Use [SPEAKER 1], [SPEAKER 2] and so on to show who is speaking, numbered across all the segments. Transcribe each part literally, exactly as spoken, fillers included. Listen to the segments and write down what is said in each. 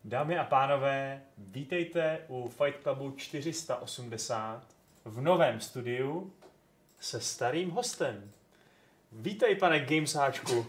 [SPEAKER 1] Dámy a pánové, vítejte u Fight Clubu čtyři sta osmdesát v novém studiu se starým hostem. Vítej, pane Gamesáčku.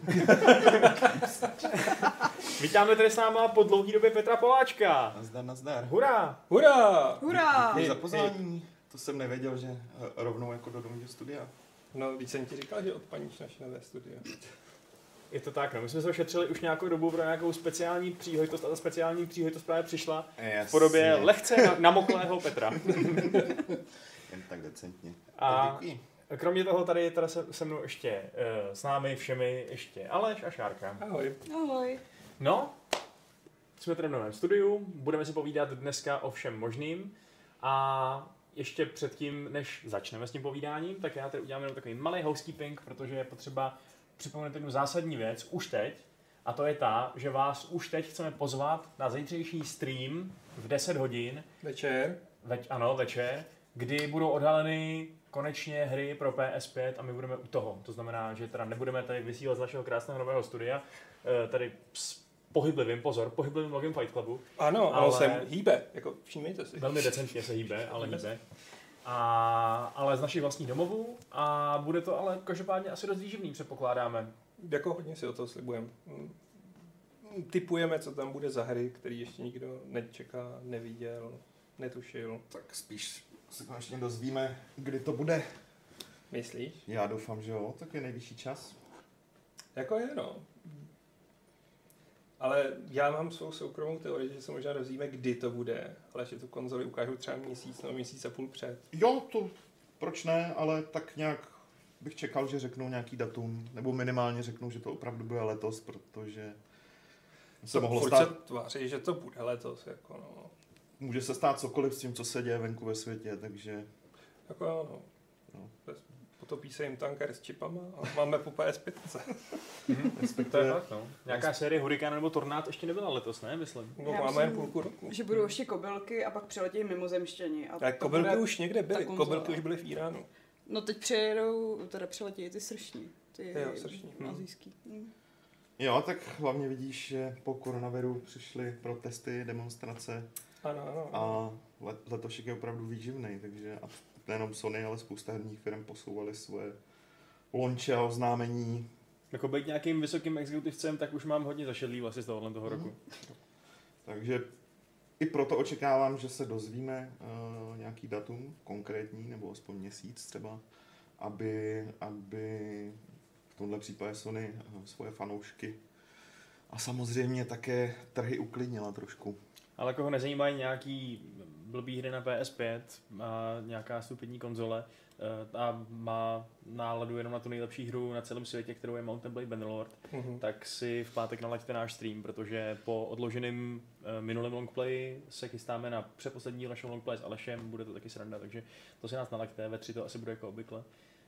[SPEAKER 1] Vítáme tady s náma po dlouhé době Petra Poláčka.
[SPEAKER 2] Nazdar, nazdar.
[SPEAKER 1] Hurá!
[SPEAKER 3] Hurá!
[SPEAKER 4] Hurá!
[SPEAKER 2] Děkuji za pozvání. To jsem nevěděl, že rovnou jako do domu studia.
[SPEAKER 3] No, když jsem ti říkal, že odpaníš naše nové studio.
[SPEAKER 1] Je to tak, no. My jsme se ošetřili už nějakou dobu pro nějakou speciální příležitost a ta speciální příležitost právě přišla
[SPEAKER 2] Jasně.
[SPEAKER 1] v podobě lehce namoklého Petra.
[SPEAKER 2] Jen tak decentně.
[SPEAKER 1] A
[SPEAKER 2] Tak děkuji.
[SPEAKER 1] kromě toho tady je teda se, se mnou ještě uh, s námi všemi ještě Aleš a Šárka.
[SPEAKER 3] Ahoj.
[SPEAKER 4] Ahoj.
[SPEAKER 1] No, jsme tady v novém studiu, budeme si povídat dneska o všem možným a ještě předtím, než začneme s tím povídáním, tak já tady udělám jenom takový malý housekeeping, protože je potřeba připomenout jednu zásadní věc už teď, a to je ta, že vás už teď chceme pozvat na zítřejší stream v deset hodin.
[SPEAKER 3] Večer.
[SPEAKER 1] Več, ano, večer, kdy budou odhaleny konečně hry pro P S pět a my budeme u toho. To znamená, že teda nebudeme tady vysílat z našeho krásného nového studia, tady s pohyblivým, pozor, pohyblivým logem Fight Clubu.
[SPEAKER 3] Ano, ale se hýbe, jako všímejte si.
[SPEAKER 1] Velmi decentně se hýbe, ale hýbe. A, ale z našich vlastních domovů a bude to ale každopádně asi dost výživný, předpokládáme.
[SPEAKER 3] Jako hodně si o toho slibujeme. Tipujeme, co tam bude za hry, který ještě nikdo nečeká, neviděl, netušil.
[SPEAKER 2] Tak spíš se konečně dozvíme, kdy to bude.
[SPEAKER 3] Myslíš?
[SPEAKER 2] Já doufám, že jo, tak je nejvyšší čas.
[SPEAKER 3] Jako je, no. Ale já mám svou soukromou teorii, že se možná dozvíme, kdy to bude, ale že tu konzoli ukážu třeba měsíc nebo měsíc a půl před.
[SPEAKER 2] Jo, to proč ne, ale tak nějak bych čekal, že řeknou nějaký datum, nebo minimálně řeknou, že to opravdu bude letos, protože se mohlo
[SPEAKER 3] Furt
[SPEAKER 2] stát.
[SPEAKER 3] se tváří, že to bude letos, jako no.
[SPEAKER 2] Může se stát cokoliv s tím, co se děje venku ve světě, takže
[SPEAKER 3] Jako jo, no.
[SPEAKER 2] no.
[SPEAKER 3] Potopí se jim tanker s čipama a máme po P S pět.
[SPEAKER 1] To je fakt, no. Nějaká série Hurikán nebo Tornád ještě nebyla letos, ne? Myslím.
[SPEAKER 3] No,
[SPEAKER 4] Já
[SPEAKER 3] máme jen
[SPEAKER 4] myslím,
[SPEAKER 3] půlku roku.
[SPEAKER 4] Že budou ještě kobylky a pak přiletějí mimozemštěni. A
[SPEAKER 3] Tak
[SPEAKER 4] to
[SPEAKER 3] kobylky
[SPEAKER 4] bude
[SPEAKER 3] už někde byly,
[SPEAKER 4] ta konzola.
[SPEAKER 3] kobylky už byly v Iránu.
[SPEAKER 4] No teď přijedou, teda přiletějí ty sršní. Ty
[SPEAKER 3] Jo, sršní, hm.
[SPEAKER 4] azijský. Hm.
[SPEAKER 2] Jo, tak hlavně vidíš, že po koronaviru přišly protesty, demonstrace
[SPEAKER 3] Ano, ano.
[SPEAKER 2] a let, letošek je opravdu výživný, takže a nejenom Sony, ale spousta herních firm posouvaly svoje launche a oznámení.
[SPEAKER 1] Jako být nějakým vysokým exekutivcem, tak už mám hodně zašedlý vlastně z tohohle toho roku.
[SPEAKER 2] Takže i proto očekávám, že se dozvíme uh, nějaký datum konkrétní, nebo aspoň měsíc třeba, aby, aby v tomhle případě Sony uh, svoje fanoušky a samozřejmě také trhy uklidnila trošku.
[SPEAKER 1] Ale koho nezajímají nějaký blbý hry na P S pět a nějaká stupidní konzole a má náladu jenom na tu nejlepší hru na celém světě, kterou je Mount and Blade Bannerlord,
[SPEAKER 3] Mhm.
[SPEAKER 1] tak si v pátek nalaďte náš stream, protože po odloženém uh, minulém longplay se chystáme na přeposlední našeho longplay s Alešem, bude to taky sranda, takže to si nás nalaďte, ve tři to asi bude jako obvykle.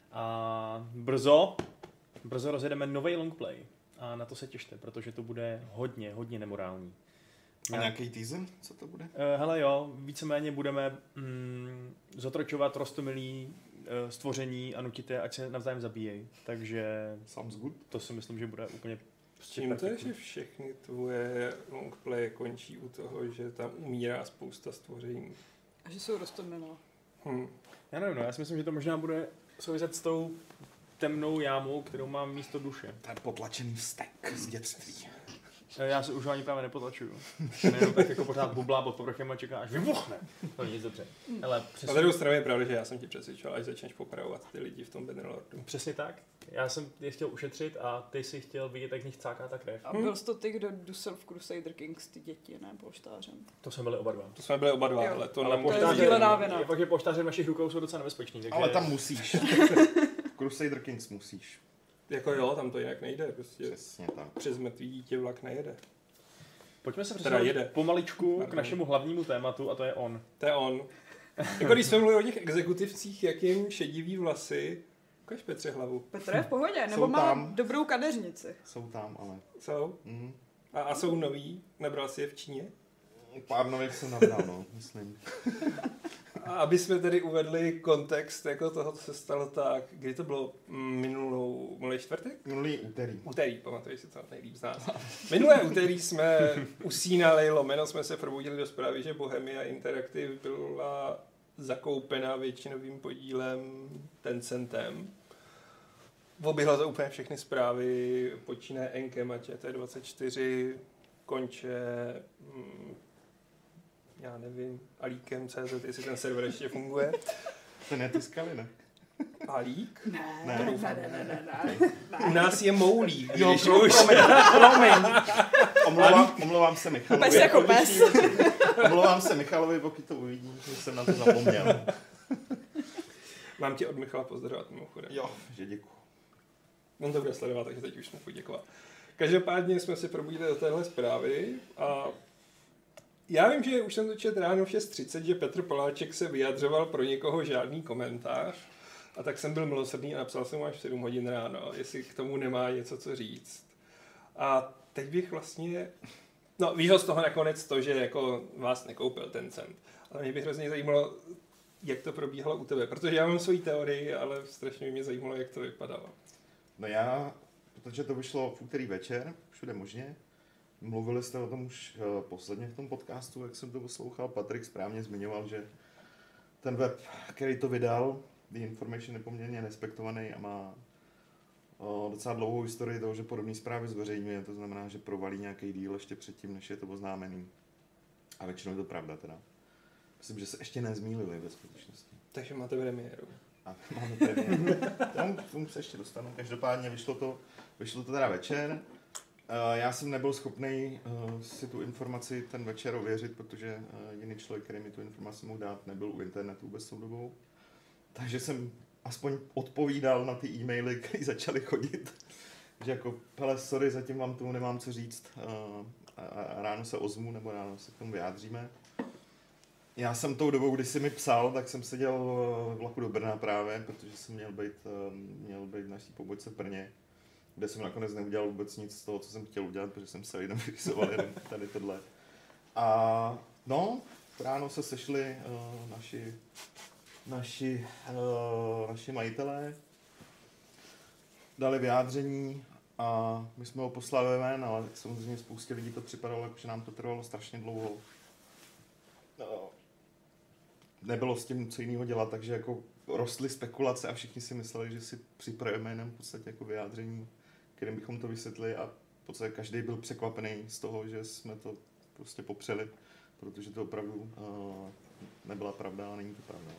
[SPEAKER 1] A brzo, brzo rozjedeme nový longplay a na to se těšte, protože to bude hodně, hodně nemorální.
[SPEAKER 2] A nějaký teaser? Co to bude?
[SPEAKER 1] Uh, hele jo, víceméně budeme mm, zotročovat roztomilý uh, stvoření a nutit je, ať se navzájem zabíjejí. Takže
[SPEAKER 2] Sounds good.
[SPEAKER 1] to si myslím, že bude úplně
[SPEAKER 3] S tím to je, že všechny tvoje longplay končí u toho, že tam umírá spousta stvoření.
[SPEAKER 4] A že jsou roztomilá.
[SPEAKER 3] Hm.
[SPEAKER 1] Já nevím, no, já si myslím, že to možná bude souviset s tou temnou jámou, kterou mám místo duše.
[SPEAKER 2] Ten potlačený vztek z dětství.
[SPEAKER 1] Já se už ho ani právě nepotlačuju. Jenom tak jako pořád bublá pod povrchem a čeká, až vybuchne. To je nic dobře. Ale
[SPEAKER 3] Na
[SPEAKER 1] přesně,
[SPEAKER 3] druhou stranu je pravda, že já jsem ti přesvědčil, až začneš popravovat ty lidi v tom Bannerlordu.
[SPEAKER 1] přesně tak. Já jsem je chtěl ušetřit a ty si chtěl vidět, jak v nich cáká ta krev.
[SPEAKER 4] A byl jsi to ty, kdo dusil v Crusader Kings ty děti, ne? Polštářem.
[SPEAKER 1] To jsme byli oba dva.
[SPEAKER 3] To jsme byli oba dva,
[SPEAKER 4] Jo.
[SPEAKER 3] ale to
[SPEAKER 1] Ale
[SPEAKER 3] nám
[SPEAKER 4] to je
[SPEAKER 3] možná, že-
[SPEAKER 4] sdílená vina.
[SPEAKER 1] Je fakt, že poštáře v našich rukou jsou docela nebezpečný. Takže...
[SPEAKER 2] Ale tam musíš. Crusader Kings musíš.
[SPEAKER 3] Jako jo, tam to jinak nejde, prostě
[SPEAKER 2] Přesně tak.
[SPEAKER 3] přes mrtvý dítě vlak nejede.
[SPEAKER 1] Pojďme se
[SPEAKER 3] Teda
[SPEAKER 1] přesunout
[SPEAKER 3] jede.
[SPEAKER 1] pomaličku k
[SPEAKER 3] Pardon.
[SPEAKER 1] našemu hlavnímu tématu a to je on.
[SPEAKER 3] To je on. Jako když jsme mluvili o těch exekutivcích, jak jim šedivý vlasy, ukaž Petře hlavu.
[SPEAKER 4] Petr je v pohodě, nebo
[SPEAKER 2] Jsou
[SPEAKER 4] má
[SPEAKER 2] tam.
[SPEAKER 4] dobrou kadeřnici.
[SPEAKER 2] Jsou tam, ale...
[SPEAKER 3] Jsou?
[SPEAKER 2] Mm.
[SPEAKER 3] A, a jsou noví? Nebral si je v Číně?
[SPEAKER 2] Pár nových jsem nabral, no, myslím.
[SPEAKER 3] A aby jsme tedy uvedli kontext jako toho, co se stalo tak, kdy to bylo minulou, minulý čtvrtek?
[SPEAKER 2] Minulý úterý.
[SPEAKER 3] Úterý, pamatuji si to nejlíp z nás. Minulé úterý jsme usínali, lomeno jsme se probudili do zprávy, že Bohemia Interactive byla zakoupena většinovým podílem Tencentem. Oběhla to úplně všechny zprávy, počínaje Enkem a Č T dvacet čtyři, konče, hm, já nevím, Alíkem C Z, jestli ten server ještě funguje.
[SPEAKER 2] To netiskali, ne?
[SPEAKER 3] Alík?
[SPEAKER 4] Ne,
[SPEAKER 2] Ne.
[SPEAKER 4] ne, ne, ne, ne, ne, ne.
[SPEAKER 3] U nás je Moulík,
[SPEAKER 2] Jo,
[SPEAKER 3] když
[SPEAKER 2] pro-
[SPEAKER 3] už.
[SPEAKER 2] promiň, promiň. Omlouvám, omlouvám se Michalovi.
[SPEAKER 4] Pes jako pes.
[SPEAKER 2] Omlouvám se Michalovi, pokud to uvidí, že jsem na to zapomněl.
[SPEAKER 3] Mám tě od Michala pozdravovat mimochodem.
[SPEAKER 2] Jo, že děkuju.
[SPEAKER 3] On to bude sledovat, takže teď už mu poděkovat. Každopádně jsme se probudili do téhle zprávy a já vím, že už jsem to četl ráno v šest třicet, že Petr Poláček se vyjadřoval pro někoho žádný komentář a tak jsem byl milosrdný a napsal jsem mu až v sedm hodin ráno, jestli k tomu nemá něco co říct. A teď bych vlastně, no vyšlo z toho nakonec to, že jako vás nekoupil ten cent, ale mě by hrozně zajímalo, jak to probíhalo u tebe, protože já mám svoji teorii, ale strašně by mě zajímalo, jak to vypadalo.
[SPEAKER 2] No já, protože to vyšlo v úterý večer, všude možně, mluvili jste o tom už uh, posledně v tom podcastu, jak jsem to poslouchal, Patrik správně zmiňoval, že ten web, který to vydal, The Information je poměrně respektovaný a má uh, docela dlouhou historii toho, že podobné zprávy zveřejňuje, to znamená, že provalí nějaký díl ještě předtím, než je to oznámený. A většinou je to pravda teda. Myslím, že se ještě nezmýlili ve skutečnosti.
[SPEAKER 3] Takže máte premiéru.
[SPEAKER 2] A máme premiéru. Tomu, tomu se ještě dostanu. Každopádně vyšlo to, vyšlo to teda večer. Uh, já jsem nebyl schopný uh, si tu informaci ten večer ověřit, protože uh, jiný člověk, který mi tu informaci mohl dát, nebyl u internetu vůbec tou dobou. Takže jsem aspoň odpovídal na ty e-maily, které začaly chodit. Že jako, hele, sorry, zatím vám tomu nemám co říct. Uh, a, a ráno se ozvu, nebo ráno se k tomu vyjádříme. Já jsem tou dobou, kdy jsi mi psal, tak jsem seděl v vlaku do Brna právě, protože jsem měl být, měl být v naší pobočce v Brně, kde jsem nakonec neudělal vůbec nic z toho, co jsem chtěl udělat, protože jsem se jenom vyřizoval jenom tady tohle. A no, ráno se sešli uh, naši, naši, uh, naši majitelé, dali vyjádření a my jsme ho poslali ven, ale samozřejmě spoustě lidí to připadalo, jako že nám to trvalo strašně dlouho. No. Nebylo s tím co jiného dělat, takže jako rostly spekulace a všichni si mysleli, že si připravíme jenom v podstatě jako vyjádření, kterým bychom to vysvětlili a v podstatě každý byl překvapený z toho, že jsme to prostě popřeli, protože to opravdu uh, nebyla pravda a není to pravda.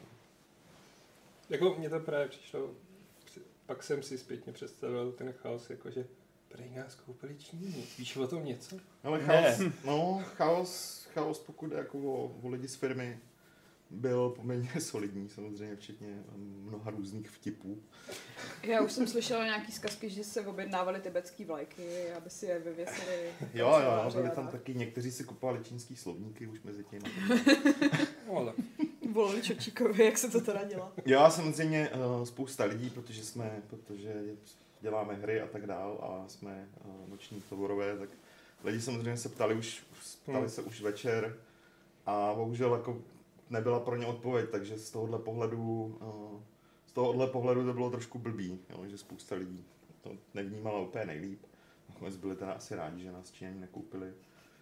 [SPEAKER 3] Jako mně to právě přišlo, pak jsem si zpětně představil ten chaos, jakože prej nás koupili Číňani. Víš o tom něco?
[SPEAKER 2] Ale chaos, no, chaos, chaos pokud jako o, o lidi z firmy byl poměrně solidní, samozřejmě včetně mnoha různých vtipů.
[SPEAKER 4] Já už jsem slyšela nějaký zkazky, že se objednávali tibetský vlajky, aby si je vyvěsili.
[SPEAKER 2] Jo, jo, jo, byli tam taky, někteří si kupovali čínský slovníky už mezi tím.
[SPEAKER 3] No, tak.
[SPEAKER 4] Volili Čočíkovi, jak se to teda dělá.
[SPEAKER 2] Jo, samozřejmě uh, spousta lidí, protože jsme, protože děláme hry a tak dál a jsme uh, noční tovorové, tak lidi samozřejmě se ptali už, ptali hmm. se už večer a bohužel jako nebyla pro ně odpověď, takže z tohohle pohledu, uh, z tohohle pohledu to bylo trošku blbý, jo, že spousta lidí to nevnímala úplně nejlíp. Nakonec byli teda asi rádi, že nás Číňani nekoupili.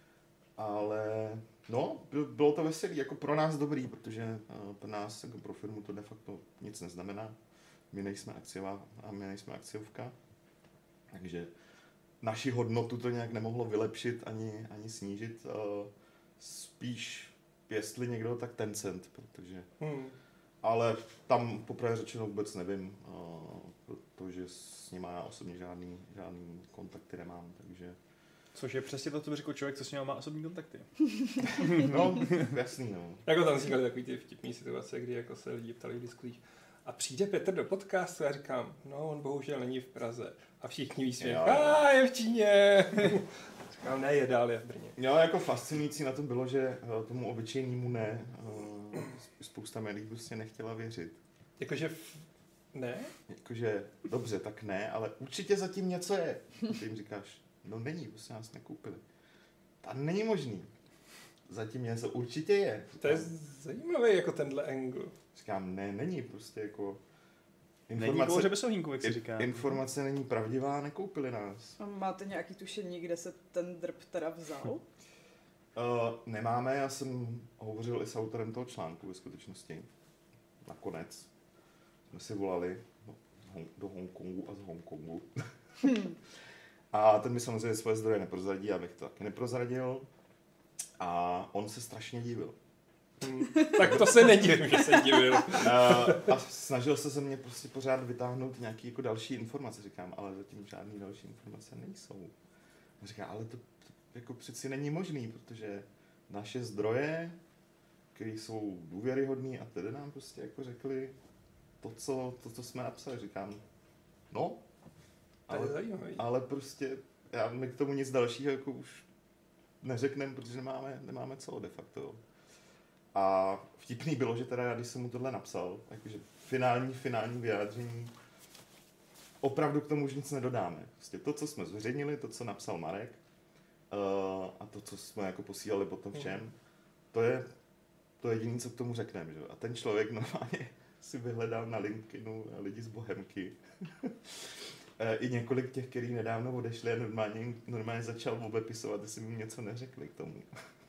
[SPEAKER 2] Ale no, bylo to veselý, jako pro nás dobrý, protože uh, pro nás, jako pro firmu to de facto nic neznamená. My nejsme akciová a my nejsme akciovka, takže naši hodnotu to nějak nemohlo vylepšit ani, ani snížit. Uh, spíš, jestli někdo, tak Tencent, protože... Hmm. Ale tam poprvé řečeno vůbec nevím, uh, protože s nima já osobně žádný, žádný kontakty nemám, takže...
[SPEAKER 1] Což je přesně to, co by řekl člověk, co s ním má osobní kontakty.
[SPEAKER 2] No, jasný, no.
[SPEAKER 3] Jako tam vznikaly takový ty vtipný situace, kdy jako se lidi ptali v diskuzích, a přijde Petr do podcastu a říkám, no on bohužel není v Praze. A všichni výsměch, a je v Číně. Říkám, ne, je dál, je v Brně.
[SPEAKER 2] Jo, jako fascinující na tom bylo, že tomu obyčejnému ne, spousta médií prostě nechtěla věřit.
[SPEAKER 3] Jakože v... ne?
[SPEAKER 2] Jakože, dobře, tak ne, ale určitě zatím něco je. A ty jim říkáš, no není, prostě nás nekoupili. To není možný. Zatím něco určitě je.
[SPEAKER 3] To je zajímavý jako tenhle angle.
[SPEAKER 2] Říkám, ne, není, prostě jako
[SPEAKER 1] Není kouře bez ohýnku, jak se říká.
[SPEAKER 2] Informace není pravdivá, nekoupili nás.
[SPEAKER 4] A máte nějaký tušení, kde se ten drb teda vzal?
[SPEAKER 2] Uh, nemáme, já jsem hovořil i s autorem toho článku ve skutečnosti. Nakonec jsme si volali do, do Hongkongu a z Hongkongu. Hmm. A ten mi samozřejmě svoje zdroje neprozradí, já bych to taky neprozradil. A on se strašně divil.
[SPEAKER 3] Hmm. Tak to se nedivím, že se divil.
[SPEAKER 2] Uh, a snažil se ze mě prostě pořád vytáhnout nějaký jako další informace. Říkám, ale zatím žádný další informace nejsou. A říká, ale to, to jako přeci není možný, protože naše zdroje, které jsou důvěryhodný a tedy nám prostě jako řekli to, co, to, co jsme napsali. Říkám, no, ale, ale prostě já, my k tomu nic dalšího jako už neřekneme, protože nemáme, nemáme co de facto. A vtipný bylo, že teda, když jsem mu tohle napsal, takže finální, finální vyjádření, opravdu k tomu už nic nedodáme. Prostě to, co jsme zveřejnili, to, co napsal Marek, uh, a to, co jsme jako posílali potom všem, to je to jediné, co k tomu řekneme. Že? A ten člověk normálně si vyhledal na LinkedInu lidi z Bohemky. I několik těch, kteří nedávno odešli a normálně, normálně začal obepisovat, jestli mi něco neřekli k tomu.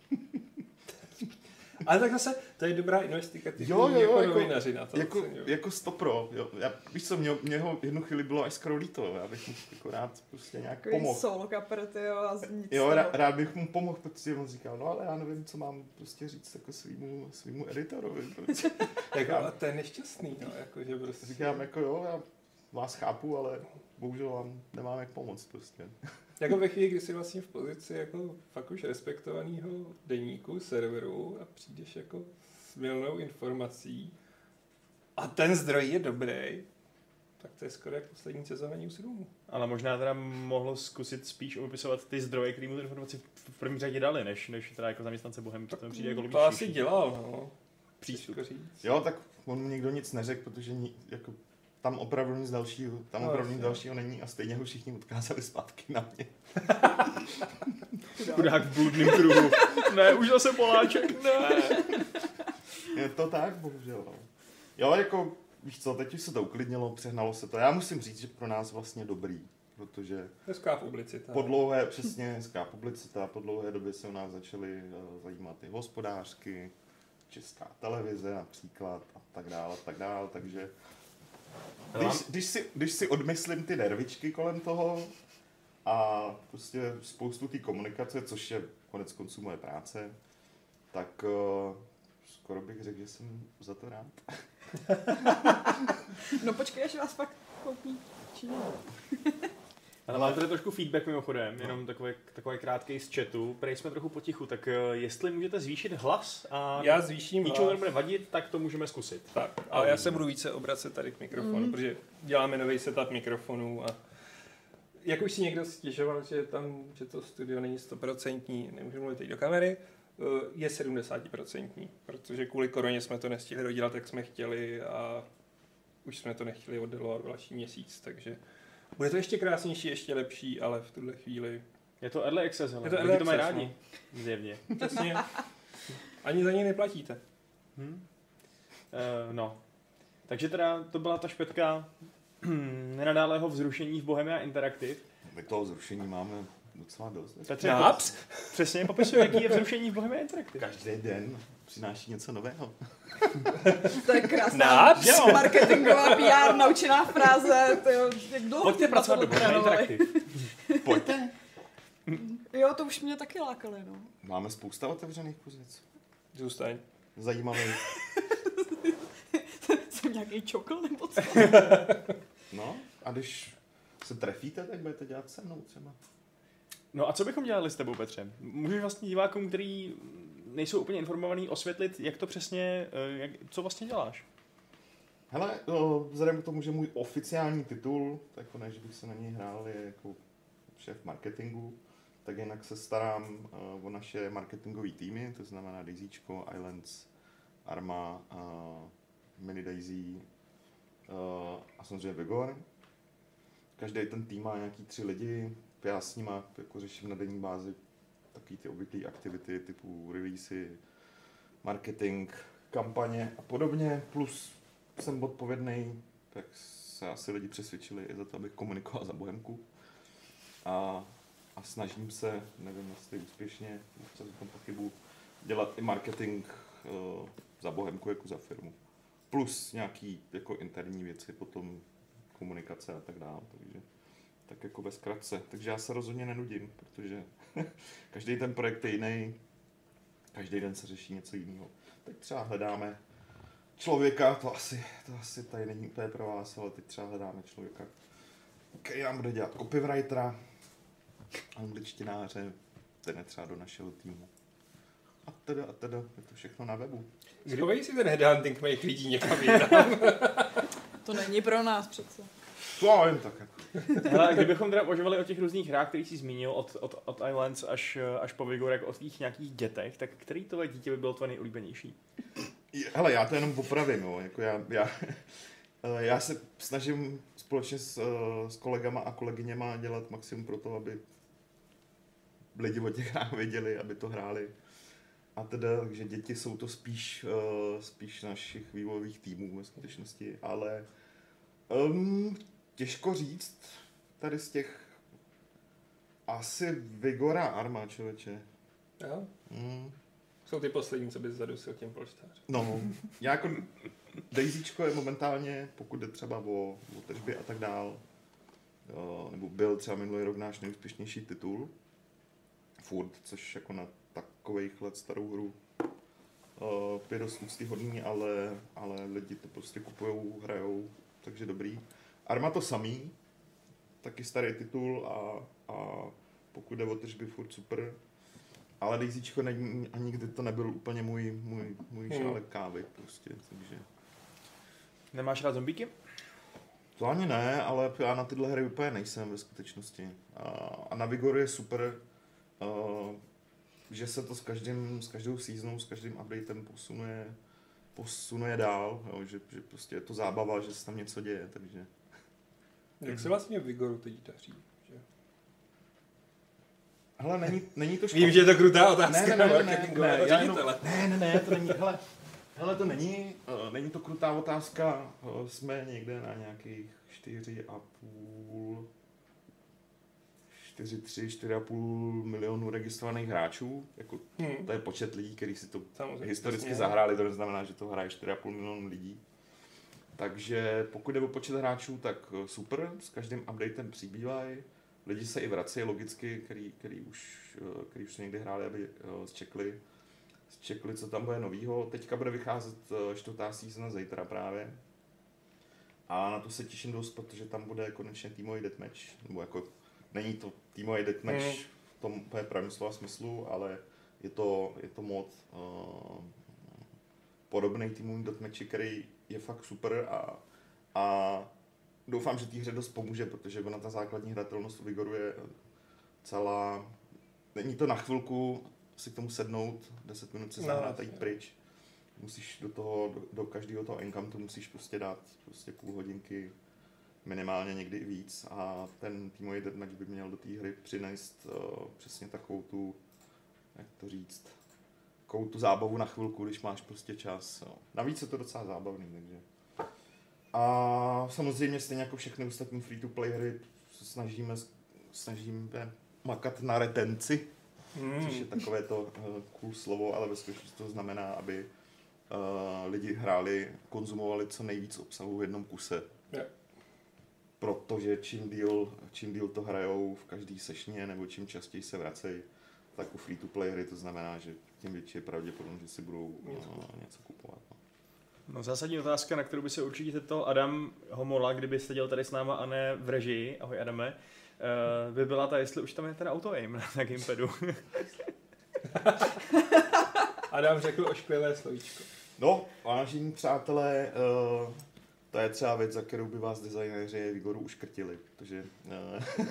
[SPEAKER 3] Ale tak zase, to je dobrá investigativní
[SPEAKER 2] jo, jo, jo,
[SPEAKER 3] jako
[SPEAKER 2] jako
[SPEAKER 3] novinaři na to.
[SPEAKER 2] Jako, jako stopro, jo. Já, víš co, mě, mě ho jednu chvíli bylo až skoro líto, já bych mu jako rád prostě nějak pomohl.
[SPEAKER 4] Solo kapr, jo, a nic
[SPEAKER 2] Jo, rá, rád bych mu pomohl, protože on říkal, no ale já nevím, co mám prostě říct jako svýmu, svýmu editorovi.
[SPEAKER 3] Jako, a to je nešťastný, no, jako, že prostě...
[SPEAKER 2] Říkám, jako jo, já vás chápu, ale bohužel vám nemám jak pomoct prostě.
[SPEAKER 3] Jako ve chvíli, kdy jsi vlastně v pozici jako fakt už respektovaného deníku, serveru a přijdeš jako s milnou informací a ten zdroj je dobrý, tak to je skoro jak poslední sezóna Newsroomu.
[SPEAKER 1] Ale možná teda mohlo zkusit spíš opisovat ty zdroje, které mu tu informaci v první řadě dali, než, než teda jako zaměstnance Bohemky. To mi přijde jako
[SPEAKER 3] logičnější. To asi dělal, no.
[SPEAKER 1] Přístup.
[SPEAKER 2] Jo, tak on mu nikdo nic neřekl, protože ni, jako tam opravdu nic dalšího, tam no, opravdu nic dalšího není a stejně ho všichni odkázali zpátky na mě.
[SPEAKER 1] Chudák v bludným kruhu. Ne, už zase Poláček, ne.
[SPEAKER 2] Je to tak, bohužel. No. Jo, jako, víš co, teď už se to uklidnilo, přehnalo se to. Já musím říct, že pro nás vlastně dobrý, protože...
[SPEAKER 3] Hezká publicita.
[SPEAKER 2] Po dlouhé, přesně, hezká publicita, po dlouhé době se o nás začaly uh, zajímat i hospodářky, Česká televize například a tak dále, tak dále, takže... Když, když, si, když si odmyslím ty nervičky kolem toho a prostě spoustu té komunikace, což je konec konců moje práce, tak uh, skoro bych řekl, že jsem za to rád.
[SPEAKER 4] No počkej, až vás pak koupí.
[SPEAKER 1] Ale mám tady trošku feedback mimochodem, no. Jenom takový, takový krátký z chatu. Prej jsme trochu potichu, tak uh, jestli můžete zvýšit hlas a
[SPEAKER 3] já zvýším
[SPEAKER 1] ničemu nebude vadit, tak to můžeme zkusit.
[SPEAKER 3] Tak, ale já se budu více obracet tady k mikrofonu, mm. protože děláme nový setup mikrofonů a jak už si někdo stěžoval, že tam, že to studio není stoprocentní, nemůžu mluvit teď do kamery, je sedmdesát procent, protože kvůli koroně jsme to nestihli dodělat, jak jsme chtěli a už jsme to nechtěli oddělovat další měsíc, takže bude to ještě krásnější, ještě lepší, ale v tuhle chvíli...
[SPEAKER 1] Je to early access, ale
[SPEAKER 3] je to
[SPEAKER 1] lidi to mají rádi, no. Zjevně.
[SPEAKER 3] Přesně. Ani za něj neplatíte.
[SPEAKER 1] Hmm. Uh, no. Takže teda to byla ta špetka nenadálého vzrušení v Bohemia Interactive.
[SPEAKER 2] My toho vzrušení máme docela dost.
[SPEAKER 1] Petře, Naps? Přesně popisuji, jaký je vzrušení v Bohemia Interactive.
[SPEAKER 2] Každý den přináší něco nového.
[SPEAKER 4] To je krásná marketingová P R, naučená fráze. Tyjo, jak dlouho
[SPEAKER 1] pojďte pracovat do Bohemia Interactive.
[SPEAKER 2] Pojďte.
[SPEAKER 4] Jo, to už mě taky lákali, no.
[SPEAKER 2] Máme spousta otevřených pozic.
[SPEAKER 3] Zůstaň.
[SPEAKER 2] Zajímavý.
[SPEAKER 4] Jsem nějaký čokl nebo co?
[SPEAKER 2] No, a když se trefíte, tak budete dělat se mnou třeba.
[SPEAKER 1] No a co bychom dělali s tebou, Petře? Můžeš vlastně divákům, který nejsou úplně informovaní, osvětlit, jak to přesně, jak, co vlastně děláš?
[SPEAKER 2] Hele, vzhledem k tomu, že můj oficiální titul, tak jako ne, že bych se na něj hrál, je jako šéf marketingu, tak jinak se starám o naše marketingové týmy, to znamená Daisyčko, Islands, Arma, Mini Daisy a samozřejmě Vigor. Každý ten tým má nějaký tři lidi, já s nima jako řeším na denní bázi takový ty obvyklé aktivity typu releasy, marketing, kampaně a podobně, plus jsem odpovědný, tak se asi lidi přesvědčili i za to, abych komunikoval za Bohemku. A, a snažím se, nevím jestli úspěšně, co říkám pochybu, dělat i marketing uh, za Bohemku jako za firmu. Plus nějaký jako interní věci, potom komunikace a tak dále. Takže tak jako ve zkratce. Takže já se rozhodně nenudím, protože každý ten projekt je jiný, každý den se řeší něco jiného. Teď třeba hledáme člověka, to asi, to asi tady není úplně pro vás, ale teď třeba hledáme člověka, který nám bude dělat copywritera, angličtináře, ten je třeba do našeho týmu. A teda, a teda, je to všechno na webu.
[SPEAKER 3] Schovají si ten headhunting mých lidí někam jinam.
[SPEAKER 4] To není pro nás přece.
[SPEAKER 2] To jen tak jako.
[SPEAKER 1] Hele, kdybychom teda uvažovali o těch různých hrách, který jsi zmínil, od, od, od Islands až, až po Vigor, jako o tvých nějakých dětech, tak který tohle dítě by bylo tvoje nejoblíbenější?
[SPEAKER 2] Hele, já to jenom popravím, jo. Jako já, já, já se snažím společně s, s kolegama a kolegyněma dělat maximum pro to, aby lidi o těch hrách věděli, aby to hráli. A teda, takže děti jsou to spíš, spíš našich vývojových týmů ve skutečnosti, ale um, těžko říct tady z těch asi Vigora Arma, člověče.
[SPEAKER 3] Jo?
[SPEAKER 2] Mm.
[SPEAKER 3] Jsou ty poslední, co bys zadusil těm polštářem.
[SPEAKER 2] No, já jako Daisyčko je momentálně, pokud jde třeba o, o tržby a tak dál, nebo byl třeba minulý rok náš nejúspěšnější titul, furt, což jako na takových let starou hru uh, je dost úctyhodný, ale, ale lidi to prostě kupujou, hrajou, takže dobrý. Arma to samý, taky starý titul a, a pokud jde o tržby, furt super. Ale Daisyčko není, a nikdy to nebyl úplně můj, můj, můj
[SPEAKER 3] Hmm.
[SPEAKER 2] šálek kávy prostě, takže...
[SPEAKER 1] Nemáš rád zombíky?
[SPEAKER 2] To ani ne, ale já na tyhle hry úplně nejsem ve skutečnosti. A, a na Vigoru je super, uh, že se to s každým, s každou seasonou, s každým updatem posunuje, posunuje dál, jo, že, že prostě je to zábava, že se tam něco děje, takže...
[SPEAKER 3] Jak se vlastně v Vigoru teď daří? Že?
[SPEAKER 2] Hele, není, není to špatné.
[SPEAKER 3] Vím, že je to krutá otázka.
[SPEAKER 2] Ne, ne, ne, ne,
[SPEAKER 3] marketingového
[SPEAKER 2] ne, já jenom,
[SPEAKER 3] ředitele.
[SPEAKER 2] ne, ne, ne, to není, hele, hele, to není, uh, není to krutá otázka, uh, jsme někde na nějakých čtyři a půl, čtyři, tři, čtyři a půl milionu registrovaných hráčů, jako
[SPEAKER 3] Hmm.
[SPEAKER 2] to je počet lidí, kteří si to
[SPEAKER 3] Samozřejmě,
[SPEAKER 2] historicky
[SPEAKER 3] jasně.
[SPEAKER 2] zahráli, to neznamená, že to hraje čtyři a půl milionu lidí. Takže pokud jde o počet hráčů, tak uh, super, s každým updatem přibývají. Lidi se i vrací logicky, který, který, už, uh, který už se někdy hráli, aby uh, zčekli, zčekli, co tam bude novýho. Teďka bude vycházet uh, čtvrtá season zítra právě. A na to se těším dost, protože tam bude konečně týmový deathmatch. Nebo jako, není to týmový deathmatch
[SPEAKER 3] Mm.
[SPEAKER 2] v tom úplně pravém slova smyslu, ale je to, je to mod uh, podobný týmový deathmatchi, který je fakt super a, a doufám, že té hře dost pomůže, protože ona ta základní hratelnost u Vigoru je celá... Není to na chvilku si k tomu sednout, deset minut si
[SPEAKER 3] No,
[SPEAKER 2] zahrát a jít
[SPEAKER 3] jasně.
[SPEAKER 2] pryč. Musíš do toho, do, do každého toho encountu musíš prostě dát prostě půl hodinky, minimálně někdy i víc a ten týmový deathmatch by měl do té hry přinést uh, přesně takovou tu, jak to říct, takovou tu zábavu na chvilku, když máš prostě čas. Jo. Navíc je to docela zábavný, takže... A samozřejmě stejně jako všechny ostatní free-to-play hry se snažíme, snažíme makat na retenci,
[SPEAKER 3] Hmm.
[SPEAKER 2] což je takové to uh, cool slovo, ale ve skutečnosti to znamená, aby uh, lidi hráli, konzumovali co nejvíc obsahu v jednom kuse.
[SPEAKER 3] Jo.
[SPEAKER 2] Protože čím díl, čím díl to hrajou v každý sešně, nebo čím častěji se vracejí, tak u free-to-play hry to znamená, že tím větší je pravděpodobnost, že si budou
[SPEAKER 3] Něco
[SPEAKER 2] uh, něco kupovat. No.
[SPEAKER 1] No, zásadní otázka, na kterou by se určitě zeptal Adam Homola, kdyby seděl tady s náma a ne v režii, ahoj Adame, uh, by byla ta, jestli už tam je ten auto-aim na gamepadu.
[SPEAKER 3] Adam řekl ošklivé slovíčko.
[SPEAKER 2] No, vážení přátelé, uh, to je třeba věc, za kterou by vás designéři Vigoru uškrtili, protože uh,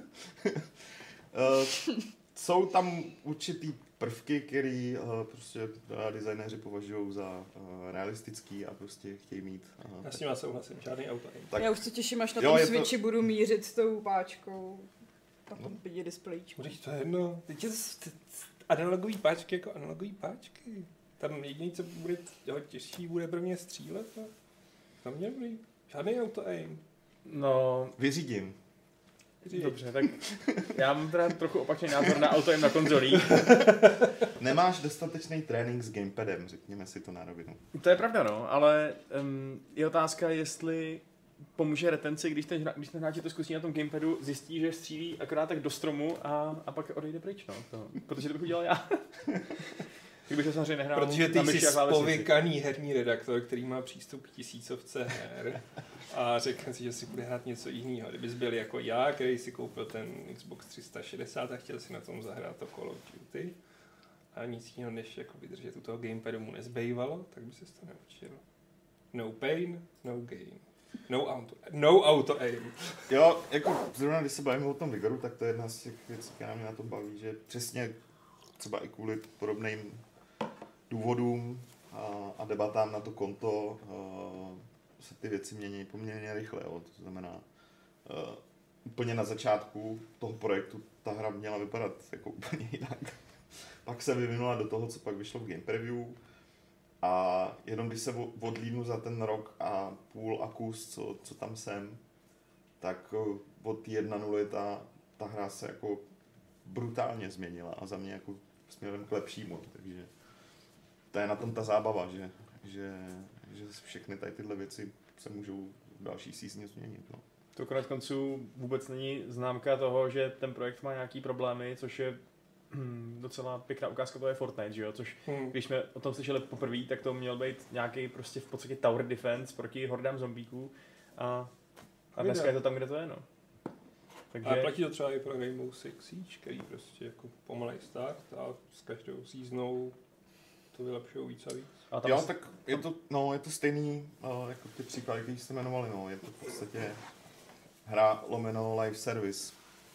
[SPEAKER 2] uh, jsou tam určitý prvky, který uh, prostě uh, designéři považují za uh, realistický a prostě chtějí mít. Uh,
[SPEAKER 3] Já s ním souhlasím, žádný auto.
[SPEAKER 2] tak,
[SPEAKER 4] Já už se těším, až na
[SPEAKER 2] Jo,
[SPEAKER 4] tom
[SPEAKER 2] je to-
[SPEAKER 4] Switchi budu mířit s tou páčkou. Na tom
[SPEAKER 2] No.
[SPEAKER 4] vidí displejčku.
[SPEAKER 3] Můžeš to je jedno. Teď je to s- t- t- analogový páčky jako analogový páčky. Tam jediný, co bude jeho těžší, bude pro mě střílet. A tam mě dobrý. Žádný auto aim.
[SPEAKER 1] No,
[SPEAKER 2] Vyřídím.
[SPEAKER 1] dobře, tak já mám teda trochu opačný názor na auto jen na konzolích.
[SPEAKER 2] Nemáš dostatečný trénink s gamepadem, řekněme si to na rovinu.
[SPEAKER 1] To je pravda, no, ale um, je otázka, jestli pomůže retenci, když ten, hra- když ten hráč to zkusí na tom gamepadu, zjistí, že střílí akorát tak do stromu a, a pak odejde pryč, no. To, protože to bych udělal já. Kdybych to samozřejmě nehrál
[SPEAKER 3] Protože
[SPEAKER 1] na
[SPEAKER 3] ty
[SPEAKER 1] myši
[SPEAKER 3] jsi
[SPEAKER 1] a klávesnici.
[SPEAKER 3] spovykaný herní redaktor, který má přístup k tisícovce her a řekne si, že si bude hrát něco jiného. Kdybys byl jako já, který si koupil ten Xbox tři sta šedesát a chtěl si na tom zahrát to Call of Duty a nic jiného než jako vydržet u toho gamepadu mu nezbývalo, tak by se to neučil. No pain, no gain. No auto, no auto aim.
[SPEAKER 2] Jo, jako zrovna když se bavíme o tom Vigoru, tak to je jedna z těch věcí, která mě na tom baví, že přesně třeba i kvůli podobným důvodům a, a debatám na to konto uh, se ty věci mění poměrně rychle. Jo. To znamená, uh, úplně na začátku toho projektu ta hra měla vypadat jako úplně jinak. Pak se vyvinula do toho, co pak vyšlo v Game Preview. A jenom když se odlídnu za ten rok a půl a kus, co, co tam jsem, tak od té jedna nuly ta, ta hra se jako brutálně změnila a za mě jako směrem k lepšímu, takže to je na tom ta zábava, že, že, že všechny tady tyhle věci se můžou v další seasoně změnit. No.
[SPEAKER 1] To konec konců vůbec není známka toho, že ten projekt má nějaký problémy, což je docela pěkná ukázka, to je Fortnite, že jo? Což hmm. když jsme o tom slyšeli poprvé, tak to měl být nějaký prostě v podstatě tower defense proti hordám zombíků a, a dneska je to tam, kde to je, no.
[SPEAKER 3] Takže... A platí to třeba i pro Rainbow Six Siege, který prostě jako pomalej start a s každou seasonou to vylepšují víc a víc.
[SPEAKER 2] A tam jo, tak je to, no, je to stejný uh, jako ty příklady, které jste jmenovali, no. Je to v podstatě hra lomeno live service.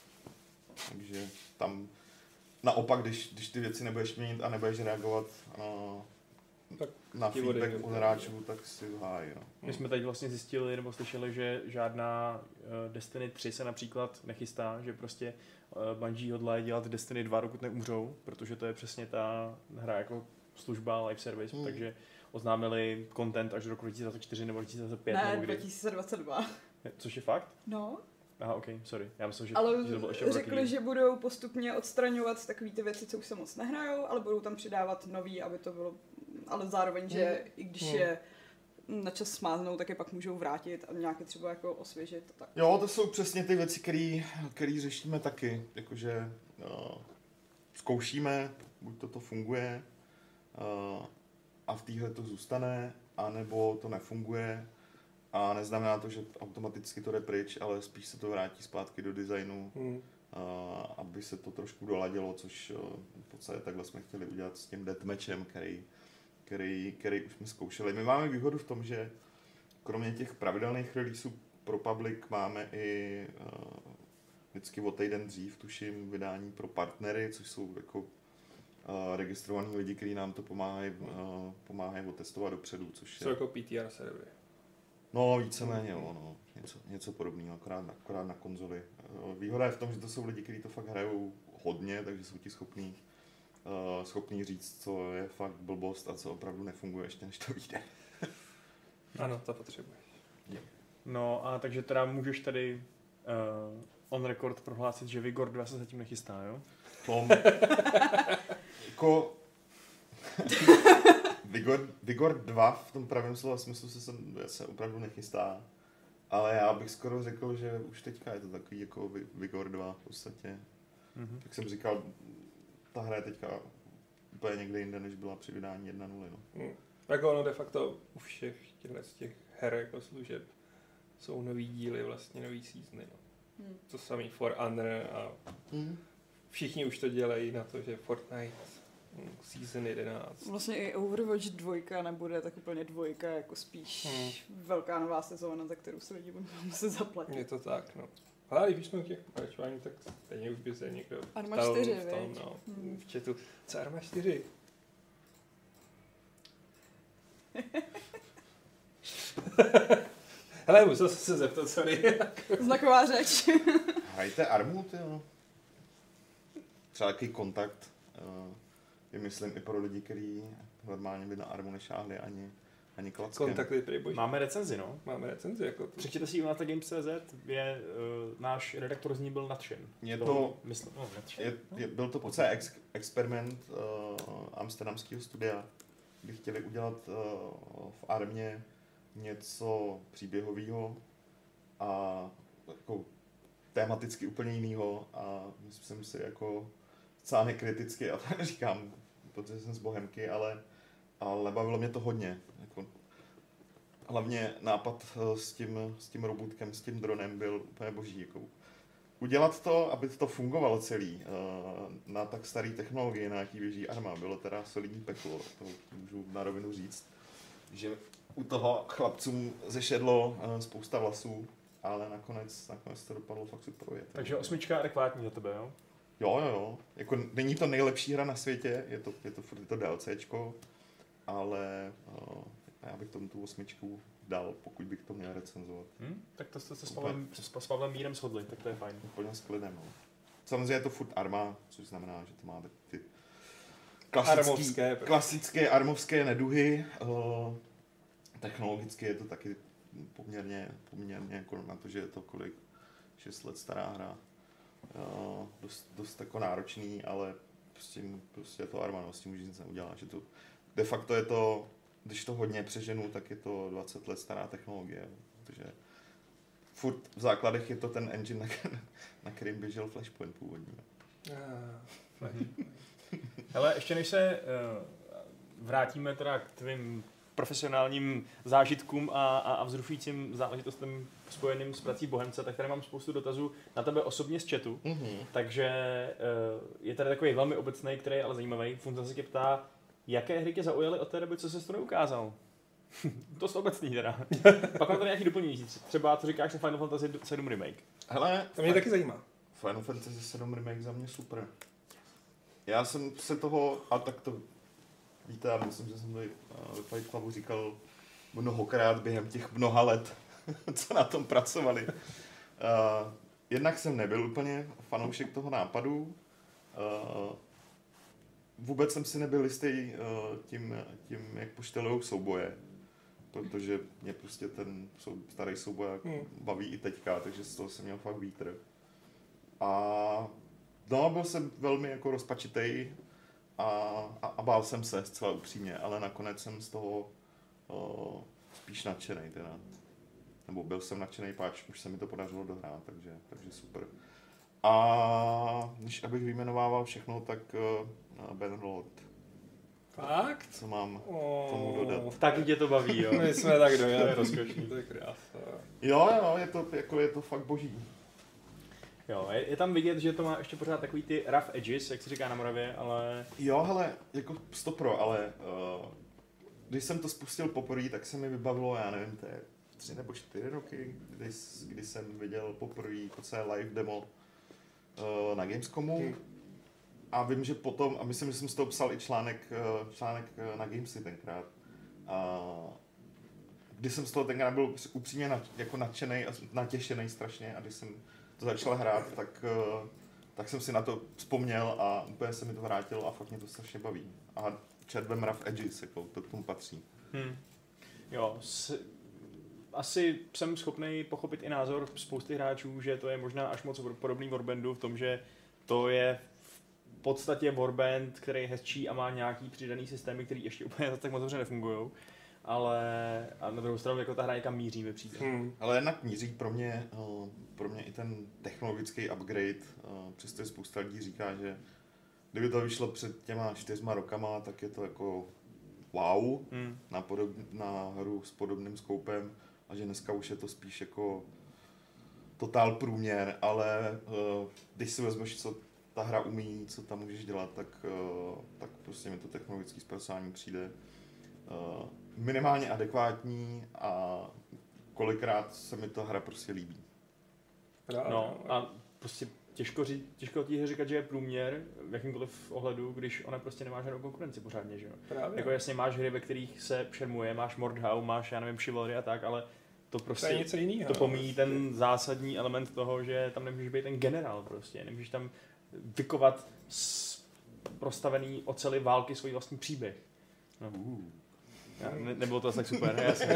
[SPEAKER 2] Takže tam naopak, když, když ty věci nebudeš měnit a nebudeš reagovat uh,
[SPEAKER 3] tak
[SPEAKER 2] na feedback od hráčů, tak si hájí. No.
[SPEAKER 1] My jsme teď vlastně zjistili nebo slyšeli, že žádná uh, Destiny tři se například nechystá, že prostě uh, Bungie hodlají dělat Destiny dva, dokud neumřou, protože to je přesně ta hra jako služba live service, hmm. takže oznámili content až do roku dva tisíce dvacet čtyři nebo dva tisíce dvacet pět.
[SPEAKER 4] Ne,
[SPEAKER 1] nebo kdy.
[SPEAKER 4] dva tisíce dvacet dva.
[SPEAKER 1] Což je fakt?
[SPEAKER 4] No.
[SPEAKER 1] Aha, ok, sorry. Já myslím, že,
[SPEAKER 4] ale
[SPEAKER 1] že to bylo ještě
[SPEAKER 4] řekli, že budou postupně odstraňovat takové ty věci, co už se moc nehrajou, ale budou tam přidávat nový, aby to bylo, ale zároveň, že mm. i když mm. je na čas smáznou, tak je pak můžou vrátit a nějaké třeba jako osvěžit. Tak.
[SPEAKER 2] Jo, to jsou přesně ty věci, které řešíme taky, jakože uh, zkoušíme, buď toto funguje uh, a v téhle to zůstane, anebo to nefunguje. A neznamená to, že automaticky to jde pryč, ale spíš se to vrátí zpátky do designu, hmm. uh, aby se to trošku doladilo, což uh, v podstatě takhle jsme chtěli udělat s tím deathmatchem, který, který, který už jsme zkoušeli. My máme výhodu v tom, že kromě těch pravidelných releaseů pro public máme i uh, vždycky o týden dřív, tuším, vydání pro partnery, což jsou jako uh, registrovaní lidi, kteří nám to pomáhají, uh, pomáhají otestovat dopředu, což
[SPEAKER 3] jsou je... jako P T R servery.
[SPEAKER 2] No, víceméně, jo, no. Něco, něco podobného, akorát, akorát na konzoli. Výhoda je v tom, že to jsou lidi, kteří to fakt hrajou hodně, takže jsou ti schopní, uh, schopní říct, co je fakt blbost a co opravdu nefunguje ještě, než to vyjde.
[SPEAKER 3] Ano, to potřebuješ.
[SPEAKER 1] No a takže teda můžeš tady uh, on record prohlásit, že Vigor dva se zatím nechystá, jo?
[SPEAKER 2] Tom, jako... Vigor, Vigor dva v tom pravém slova smyslu se, sem, se opravdu nechystá, ale já bych skoro řekl, že už teďka je to takový jako Vigor dva v podstatě. Mm-hmm. Jak jsem říkal, ta hra je teďka úplně někde jinde, než byla při vydání jedna nuly. No.
[SPEAKER 3] Mm. Jako ono de facto u všech z těch her jako služeb jsou nový díly, vlastně nový seasony. No. Mm. To samý For Honor a mm. všichni už to dělají na to, že Fortnite Season jedenáct.
[SPEAKER 4] Vlastně i Overwatch dva nebude tak úplně dvojka, jako spíš hmm. velká nová sezóna, za kterou se lidi budou muset zaplatit.
[SPEAKER 3] Je to tak, no. Ale když jsme u těch pokračování, tak stejně už by se někdo
[SPEAKER 4] Arma čtyři,
[SPEAKER 3] v tom, no, hmm. v chatu. Co Arma čtyři? Hele, musel jsem se zeptat, sorry.
[SPEAKER 4] Znaková řeč.
[SPEAKER 2] Hrajte Armu, ty jo. Třeba takový kontakt. Uh... myslím i pro lidi, kteří normálně by na Armu nešáhli ani, ani klacké.
[SPEAKER 3] Kontakty Playboy.
[SPEAKER 1] Máme recenzi, no.
[SPEAKER 3] Máme recenzi jako to.
[SPEAKER 1] Přečtěte si ji u nás na Games tečka cé zet, je, uh, náš redaktor z ní byl nadšen.
[SPEAKER 2] Je to,
[SPEAKER 1] myslím, no, nadšen.
[SPEAKER 2] je, je, byl to podsté ex, experiment uh, amsterdamského studia, kdy chtěli udělat uh, v armě něco příběhového a jako tematicky úplně jinýho a myslím si jako docela nekriticky a to neříkám, protože jsem z Bohemky, ale, ale bavilo mě to hodně. Jako, hlavně nápad s tím, s tím robotkem, s tím dronem byl úplně boží. Jako, udělat to, aby to fungovalo celý na tak starý technologii, na jaký běží arma, bylo teda solidní peklo, to můžu na rovinu říct, že u toho chlapcům zešedlo spousta vlasů, ale nakonec, nakonec to dopadlo fakt super.
[SPEAKER 1] Takže osmička adekvátní za tebe, jo?
[SPEAKER 2] Jo, jo, jo. Jako není to nejlepší hra na světě, je to, je to furt je to DLCčko, ale uh, já bych tomu tu osmičku dal, pokud bych to měl recenzovat.
[SPEAKER 1] Hmm? Tak to jste se s Pavlem, s Pavlem Mírem shodli, tak to je fajn.
[SPEAKER 2] Úplně s klidem, no. Samozřejmě je to furt arma, což znamená, že to má ty klasický,
[SPEAKER 3] armovské,
[SPEAKER 2] klasické armovské neduhy. Uh, technologicky je to taky poměrně, poměrně jako na to, že je to kolik, šest let stará hra. Uh, dost, dost jako náročný, ale prostě, prostě je to arma, no, s tím už nic neudělá. Že to, de facto je to, když to hodně přeženu, tak je to dvacet let stará technologie, protože furt v základech je to ten engine, na, na kterým běžel Flashpoint původní.
[SPEAKER 3] Ah,
[SPEAKER 1] Hele, ještě než se uh, vrátíme teda k tvým profesionálním zážitkům a, a, a vzrušujícím záležitostem spojeným s prací Bohemce, tak tady mám spoustu dotazů na tebe osobně z chatu. Mm-hmm. Takže uh, je tady takový velmi obecný, který je ale zajímavý. Funza se tě ptá, jaké hry tě zaujaly od té doby, co jsi to neukázal? To je obecný teda. Pak mám tady nějaký doplňující. Třeba co říkáš na Final Fantasy sedm Remake?
[SPEAKER 2] Hele,
[SPEAKER 3] to mě taky zajímá.
[SPEAKER 2] Final Fantasy sedm Remake za mě super. Já jsem se toho, a tak to víte, já myslím, že jsem tady ve Fight Clubu říkal mnohokrát během těch mnoha let, co na tom pracovali. Uh, jednak jsem nebyl úplně fanoušek toho nápadu. Uh, vůbec jsem si nebyl jistý uh, tím, tím, jak poštelujou souboje. Protože mě prostě ten sou, starý souboj hmm. baví i teďka, takže z toho jsem měl fakt vítr. A no, byl jsem velmi jako rozpačitej a, a, a bál jsem se zcela upřímně, ale nakonec jsem z toho uh, spíš nadšenej teda. Nebo byl jsem nadšenej, páč už se mi to podařilo dohrát, takže, takže super. A když abych vyjmenovával všechno, tak uh, Bannerlord.
[SPEAKER 3] Fakt?
[SPEAKER 2] Co mám
[SPEAKER 3] oh.
[SPEAKER 2] tomu dodat?
[SPEAKER 1] Tak tě to baví, jo.
[SPEAKER 3] My jsme tak dojeli.
[SPEAKER 1] To je rozkošný.
[SPEAKER 3] To je krása.
[SPEAKER 2] Jo, jo, je to, jako, je to fakt boží.
[SPEAKER 1] Jo, je, je tam vidět, že to má ještě pořád takový ty rough edges, jak se říká na Moravě, ale...
[SPEAKER 2] Jo, hele, jako stopro, ale uh, když jsem to spustil poprvé, tak se mi vybavilo, já nevím, to je tři nebo čtyři roky, kdy, kdy jsem viděl poprvé celé live demo uh, na Gamescomu. Hmm. A vím, že potom, a myslím, že jsem z toho psal i článek, článek na Gamesy tenkrát. A když jsem z toho tenkrát byl upřímně na, jako nadšenej a natěšenej strašně a když jsem to začal hrát, tak, tak jsem si na to vzpomněl a úplně se mi to vrátilo a fakt mě to strašně baví. A červem Rough Edges, jako to k tomu patří.
[SPEAKER 1] Hmm. Jo, s, asi jsem schopný pochopit i názor spousty hráčů, že to je možná až moc podobný Warbandu v tom, že to je v podstatě Warband, který je hezčí a má nějaký přidaný systémy, který ještě úplně tak moc dobře nefungujou. Ale a na druhou stranu jako ta hra někam míří, mi přijde.
[SPEAKER 2] Hmm. Ale jednak míří pro mě, pro mě i ten technologický upgrade, přestože spousta lidí říká, že kdyby to vyšlo před těma čtyřma rokama, tak je to jako wow hmm. na, podob, na hru s podobným skoupem a že dneska už je to spíš jako totál průměr, ale když si vezmeš, co ta hra umí, co tam můžeš dělat, tak, tak prostě mi to technologické zpracování přijde minimálně adekvátní a kolikrát se mi ta hra prostě líbí.
[SPEAKER 1] No a prostě těžko, ří, těžko ti říkat, že je průměr v jakýmkoliv ohledu, když ona prostě nemá žádnou konkurenci pořádně, že jo?
[SPEAKER 3] Právě.
[SPEAKER 1] Jako jasně máš hry, ve kterých se šermuje, máš Mordhau, máš, já nevím, Chivalry a tak, ale to prostě,
[SPEAKER 3] to je něco jinýho,
[SPEAKER 1] to pomíjí ten zásadní element toho, že tam nemůžeš být ten generál prostě, nemůžeš tam vykovat z prostavený oceli války svůj vlastní příběh. No.
[SPEAKER 2] Uh.
[SPEAKER 1] Já, ne, nebylo to tak super, jasně.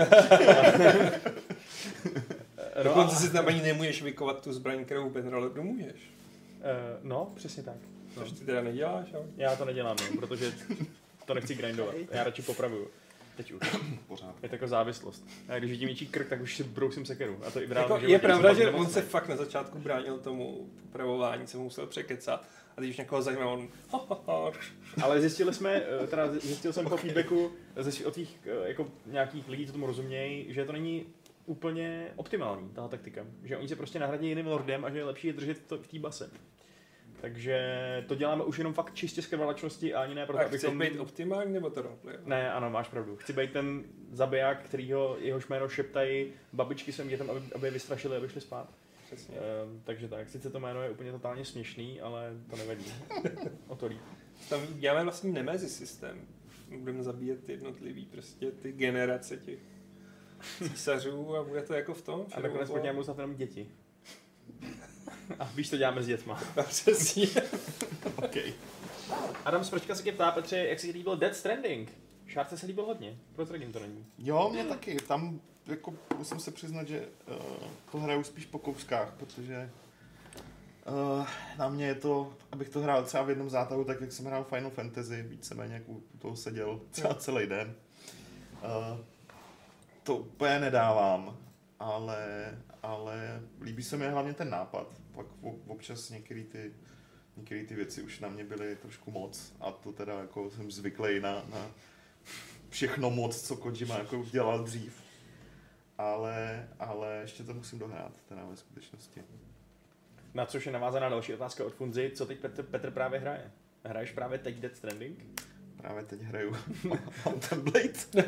[SPEAKER 3] Dokonce si tam ani nemůžeš vykovat tu zbraň, kterou Penrolebdu můžeš.
[SPEAKER 1] Uh, no, přesně tak. No.
[SPEAKER 3] Což ty teda neděláš, ale...
[SPEAKER 1] Já to nedělám, no, protože to nechci grindovat. Já radši popravuju. Teď už.
[SPEAKER 2] Pořád.
[SPEAKER 1] Je to jako závislost. A když vidím něčí krk, tak už si brousím sekeru. A to i v reálném
[SPEAKER 3] Jako,
[SPEAKER 1] životě.
[SPEAKER 3] je pravda, že
[SPEAKER 1] nemocný.
[SPEAKER 3] on se fakt na začátku bránil tomu popravování, se mu musel překecat. A když někoho zajímá, on...
[SPEAKER 1] Ale zjistili jsme, teda zjistil jsem po feedbacku ze od těch jako nějakých lidí, co tomu rozumějí, že to není úplně optimální, tahle taktika. Že oni se prostě nahradí jiným lordem a že je lepší je držet to v té base. Takže to děláme už jenom fakt čistě z krvalačnosti a ani ne proto,
[SPEAKER 3] A chceš
[SPEAKER 1] abychom...
[SPEAKER 3] být optimální nebo to roleplay?
[SPEAKER 1] Ne, ano, máš pravdu. Chci být ten zabiják, kterýho, jehož jméno šeptají babičky svým dětem, aby, aby je vystrašili, aby šli spát.
[SPEAKER 3] Přesně.
[SPEAKER 1] Ehm, takže tak, sice to jméno je úplně totálně směšný, ale to nevadí. O to líp.
[SPEAKER 3] Tam děláme vlastně Nemesis systém. Budeme zabíjet jednotlivý prostě ty generace těch císařů a bude to jako v tom.
[SPEAKER 1] A nakonec proti němu snad jenom děti. A víš, to děláme s dětma.
[SPEAKER 3] Přesně.
[SPEAKER 1] Okay. Adam Smrčka se tě ptá, Petře, jak se ti líbil Death Stranding? Šárce se líbil hodně, prozradím to není.
[SPEAKER 2] Jo, mě taky. Tam jako musím se přiznat, že uh, to hraju spíš po kouskách, protože uh, na mě je to, abych to hrál třeba v jednom zátahu, tak jak jsem hrál Final Fantasy, víceméně jak u toho seděl třeba celý den. Uh, to úplně nedávám, ale, ale líbí se mi hlavně ten nápad. Pak občas některé ty, některé ty věci už na mě byly trošku moc a to teda jako jsem zvyklý na, na všechno moc, co Kojima jako dělal dřív. Ale, ale ještě to musím dohrát, teda ve skutečnosti.
[SPEAKER 1] Na což je navázaná další otázka od Funzy, co teď Petr, Petr právě hraje? Hraješ právě teď Death Stranding?
[SPEAKER 2] Právě teď hraju Mountain Blade.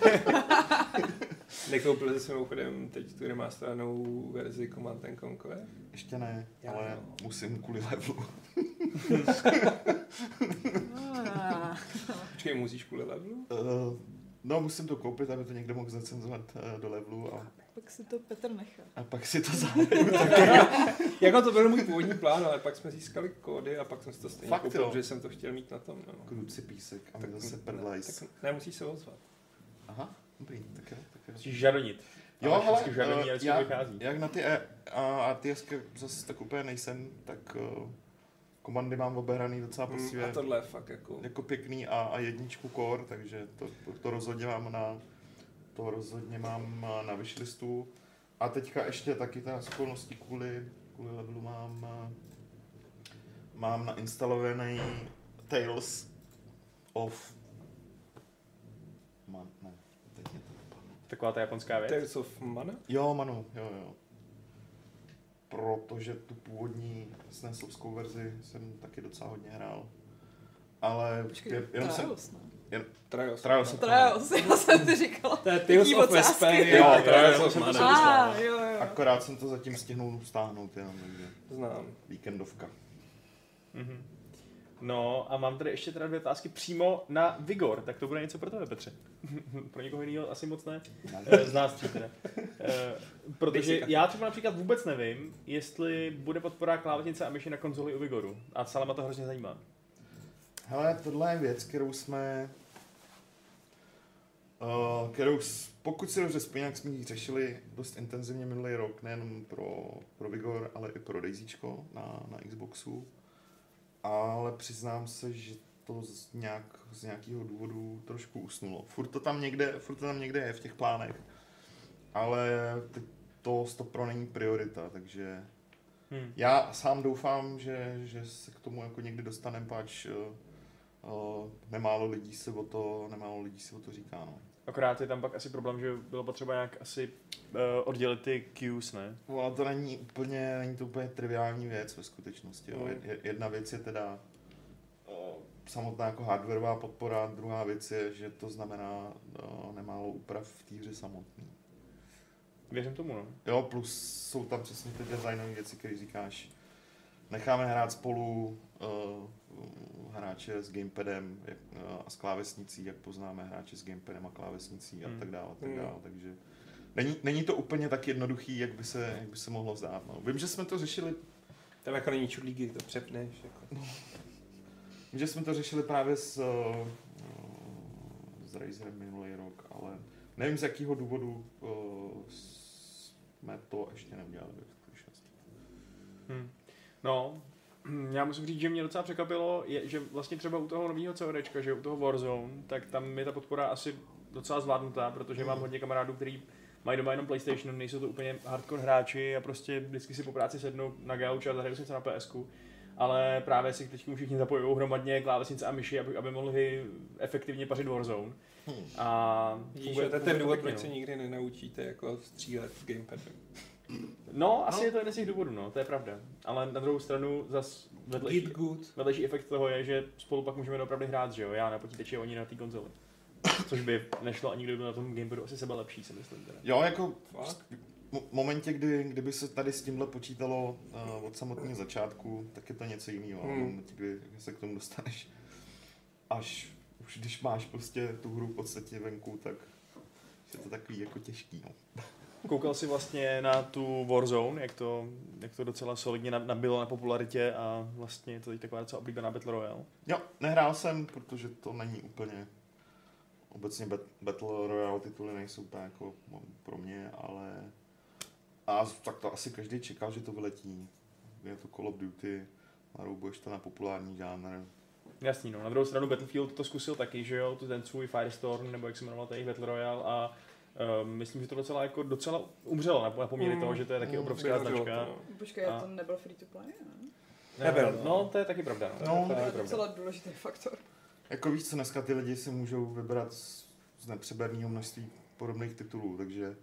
[SPEAKER 3] Nekoupil jsi mimochodem teď tu remasterovanou verzi Command and Conquer?
[SPEAKER 2] Ještě ne,
[SPEAKER 3] Já
[SPEAKER 2] ale
[SPEAKER 3] no.
[SPEAKER 2] musím kvůli levelu.
[SPEAKER 3] Počkej, musíš kvůli levelu?
[SPEAKER 2] Uh, no, musím to koupit, aby to někdo mohl zacenzovat uh, do levelu a,
[SPEAKER 4] Pak si to Petr nechá.
[SPEAKER 2] a pak si to zahraju.
[SPEAKER 3] Jako to byl můj původní plán, ale pak jsme získali kódy a pak jsem si to stejně
[SPEAKER 2] Fakt,
[SPEAKER 3] koupil,
[SPEAKER 2] jo?
[SPEAKER 3] protože jsem to chtěl mít na tom. No.
[SPEAKER 2] Kruci písek a
[SPEAKER 3] Tak-
[SPEAKER 2] my zase
[SPEAKER 3] ne,
[SPEAKER 2] perlajs.
[SPEAKER 3] tak nemusíš se ozvat.
[SPEAKER 2] Aha, dobrý, tak jo. Tak jo.
[SPEAKER 1] Musíš žadonit.
[SPEAKER 2] Jo,
[SPEAKER 1] Ale
[SPEAKER 2] hele,
[SPEAKER 1] vždycky žadoní,
[SPEAKER 2] uh,
[SPEAKER 1] ale
[SPEAKER 2] já,
[SPEAKER 1] vychází.
[SPEAKER 2] jak na ty E- a R T S ky zase tak úplně nejsem, tak uh, komandy mám obehraný docela
[SPEAKER 3] Mm,
[SPEAKER 2] poctivě.
[SPEAKER 3] a tohle je fakt jako...
[SPEAKER 2] Jako pěkný a, a jedničku core, takže to, to, to rozhodně mám na to rozhodně mám na wishlistu. A teďka ještě taky ta okolností kvůli, kvůli levelu mám mám nainstalovaný Tales of Man, ne, teď je to vypadlo.
[SPEAKER 1] Taková ta japonská věc.
[SPEAKER 3] Tales of Mana?
[SPEAKER 2] Jo, Manu, jo, jo. Protože tu původní SNESovskou verzi jsem taky docela hodně hrál. Ale
[SPEAKER 4] Počkej,
[SPEAKER 2] je- jenom jsem...
[SPEAKER 4] Trials, ne?
[SPEAKER 3] Trials.
[SPEAKER 2] Trials of
[SPEAKER 4] Trials, já jsem si říkala.
[SPEAKER 3] To je Tales
[SPEAKER 4] Jaký
[SPEAKER 3] of
[SPEAKER 4] ocásky.
[SPEAKER 3] Vesperia.
[SPEAKER 2] Jo,
[SPEAKER 3] a Trials
[SPEAKER 2] jo,
[SPEAKER 3] of
[SPEAKER 2] jsem to
[SPEAKER 3] Mana.
[SPEAKER 4] Ah, jo, jo.
[SPEAKER 2] Akorát jsem to zatím stihnul stáhnout jenom, takže
[SPEAKER 3] Znám.
[SPEAKER 2] víkendovka.
[SPEAKER 1] Mhm. No a mám tady ještě teda dvě otázky přímo na Vigor, tak to bude něco pro tebe, Petře. Pro někoho jiného asi moc ne, Eh, z nás tří teda. Eh, Protože já třeba například vůbec nevím, jestli bude podpora klávesnice a myši na konzoli u Vigoru. A Salama to hrozně zajímá.
[SPEAKER 2] Hele, tohle je věc, kterou jsme... Uh, kterou, s- pokud si dobře vzpomínám, jak jsme ji řešili dost intenzivně minulý rok, nejenom pro, pro Vigor, ale i pro DayZčko na, na Xboxu. Ale přiznám se, že to z, nějak, z nějakého důvodu trošku usnulo. Furt to tam někde, furt to tam někde je v těch plánech, ale teď to to pro není priorita, takže
[SPEAKER 1] Hmm.
[SPEAKER 2] já sám doufám, že, že se k tomu jako někdy dostaneme, pač uh, uh, nemálo lidí se o to, nemálo lidí se o to říká, no.
[SPEAKER 1] Akorát je tam pak asi problém, že bylo potřeba nějak asi uh, oddělit ty queues, ne?
[SPEAKER 2] No, to není úplně, není to úplně triviální věc ve skutečnosti, jo.
[SPEAKER 3] Mm.
[SPEAKER 2] Je- Jedna věc je teda uh, samotná jako hardwareová podpora, druhá věc je, že to znamená uh, nemálo úprav v té hře samotný.
[SPEAKER 1] Věřím tomu, no.
[SPEAKER 2] Jo, plus jsou tam přesně ty designové věci, které říkáš, necháme hrát spolu uh, hráče s gamepadem jak, uh, a s klávesnicí, jak poznáme hráče s gamepadem a klávesnicí a
[SPEAKER 1] Hmm.
[SPEAKER 2] tak dále, a tak
[SPEAKER 3] Hmm.
[SPEAKER 2] dále, takže není, není to úplně tak jednoduchý, jak by se, jak by se mohlo zdát. No. Vím, že jsme to řešili,
[SPEAKER 3] Tam jako není čudlíky, to přepneš. Jako.
[SPEAKER 2] vím, že jsme to řešili právě s, uh, s s Razerem minulý rok, ale nevím z jakého důvodu uh, jsme to ještě neudělali.
[SPEAKER 1] Hmm. No, já musím říct, že mě docela překvapilo, je, že vlastně třeba u toho nového CODčka, že u toho Warzone, tak tam je ta podpora asi docela zvládnutá, protože mám hodně kamarádů, kteří mají doma jenom PlayStation, nejsou to úplně hardcore hráči a prostě vždycky si po práci sednou na gauč a zahrajou si něco na PSku. Ale právě si teď všichni zapojují hromadně klávesnice a myši, aby, aby mohli efektivně pařit Warzone.
[SPEAKER 2] Hmm.
[SPEAKER 1] A
[SPEAKER 3] Víš, že to je ten důvod, proč se nikdy nenaučíte jako střílet v gamepadem.
[SPEAKER 1] No, asi
[SPEAKER 2] no.
[SPEAKER 1] je to jeden z těch důvodů, no, to je pravda. Ale na druhou stranu zas vedlejší,
[SPEAKER 3] good.
[SPEAKER 1] vedlejší efekt toho je, že spolu pak můžeme opravdu hrát, že jo? Já na počítači a oni na té konzoli. Což by nešlo ani kdyby byl na tom gamepadu asi sebe lepší, si myslím teda.
[SPEAKER 2] Jo, jako
[SPEAKER 3] Fakt?
[SPEAKER 2] v momentě, kdy, kdyby se tady s tímhle počítalo uh, od samotného začátku, tak je to něco jiného. Hmm. V momentě, kdy se k tomu dostaneš, až už když máš prostě tu hru v podstatě venku, tak je to takový jako těžký. No.
[SPEAKER 1] Koukal jsi vlastně na tu Warzone, jak to, jak to docela solidně nabilo na popularitě a vlastně je to teď taková docela oblíbená Battle Royale?
[SPEAKER 2] Jo, nehrál jsem, protože to není úplně, obecně Battle Royale tituly nejsou úplně jako pro mě, ale a tak to asi každý čekal, že to vyletí. Je to Call of Duty, naroubuješ to na populární žánr.
[SPEAKER 1] Jasný, no. Na druhou stranu Battlefield to zkusil taky, že jo, to ten svůj Firestorm, nebo jak se jmenoval ten Battle Royale a um, myslím, že to docela jako docela umřelo na poměry mm. toho, že to je taky obrovská mm, značka.
[SPEAKER 4] To. Počkej, a to nebyl free to play, ne?
[SPEAKER 1] Nebyl, no. no to je taky pravda. No.
[SPEAKER 2] No,
[SPEAKER 4] to je docela důležitý faktor.
[SPEAKER 2] Jako víš co, dneska ty lidi si můžou vybrat z, z nepřeberného množství podobných titulů, takže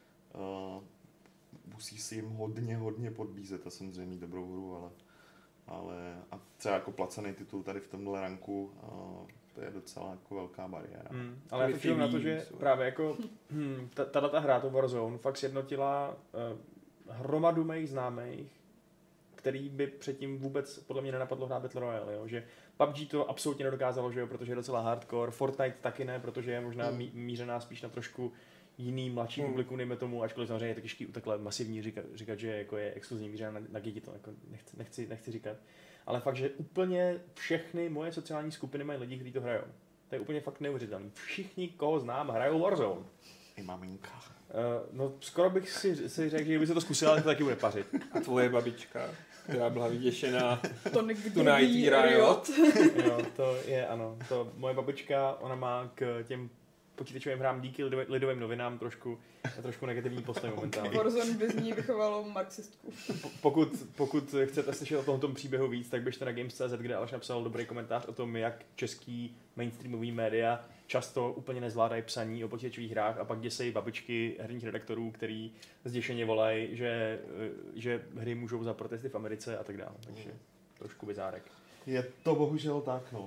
[SPEAKER 2] uh, musí si jim hodně, hodně podbízet a samozřejmě mít dobrou hru, ale, ale a třeba jako placený titul tady v tomhle ranku, uh, to je docela jako velká bariéra.
[SPEAKER 1] Hmm, ale já to na to, že právě jako hm, ta, ta hra, to Warzone, fakt sjednotila uh, hromadu mých známých, který by předtím vůbec podle mě nenapadlo hrát Battle Royale, jo? Že P U B G to absolutně nedokázalo, že jo? Protože je docela hardcore, Fortnite taky ne, protože je možná mí, mířená spíš na trošku jiný mladší hmm. publikum, dejme tomu, ačkoliv samozřejmě je to těžký u takhle masivní říkat, říkat že jako je exkluzivní mířená na, na děti, to jako nechci, nechci, nechci říkat. Ale fakt, že úplně všechny moje sociální skupiny mají lidi, kteří to hrajou. To je úplně fakt neuvěřitelný. Všichni, koho znám, hrajou Warzone.
[SPEAKER 2] I maminka.
[SPEAKER 1] Uh, no skoro bych si, si řekl, že by se to zkusila, ale to taky bude pařit.
[SPEAKER 3] A tvoje babička, která byla vyděšená.
[SPEAKER 4] To někdy
[SPEAKER 3] Tonight Riot.
[SPEAKER 1] Jo, to je ano. To moje babička, ona má k těm počítačovým hrám díky lidovým, lidovým novinám trošku, trošku negativní postoj momentálně.
[SPEAKER 4] Warzone by z ní vychovalo marxistku.
[SPEAKER 1] Pokud, pokud chcete slyšet o tomto příběhu víc, tak běžte na games tečka cé zet, kde Aleš napsal dobrý komentář o tom, jak český mainstreamový média často úplně nezvládají psaní o počítačových hrách a pak děsejí babičky herních redaktorů, který zděšeně volají, že, že hry můžou za protesty v Americe a tak dále. Takže trošku bizárek.
[SPEAKER 2] Je to bohužel tak, no.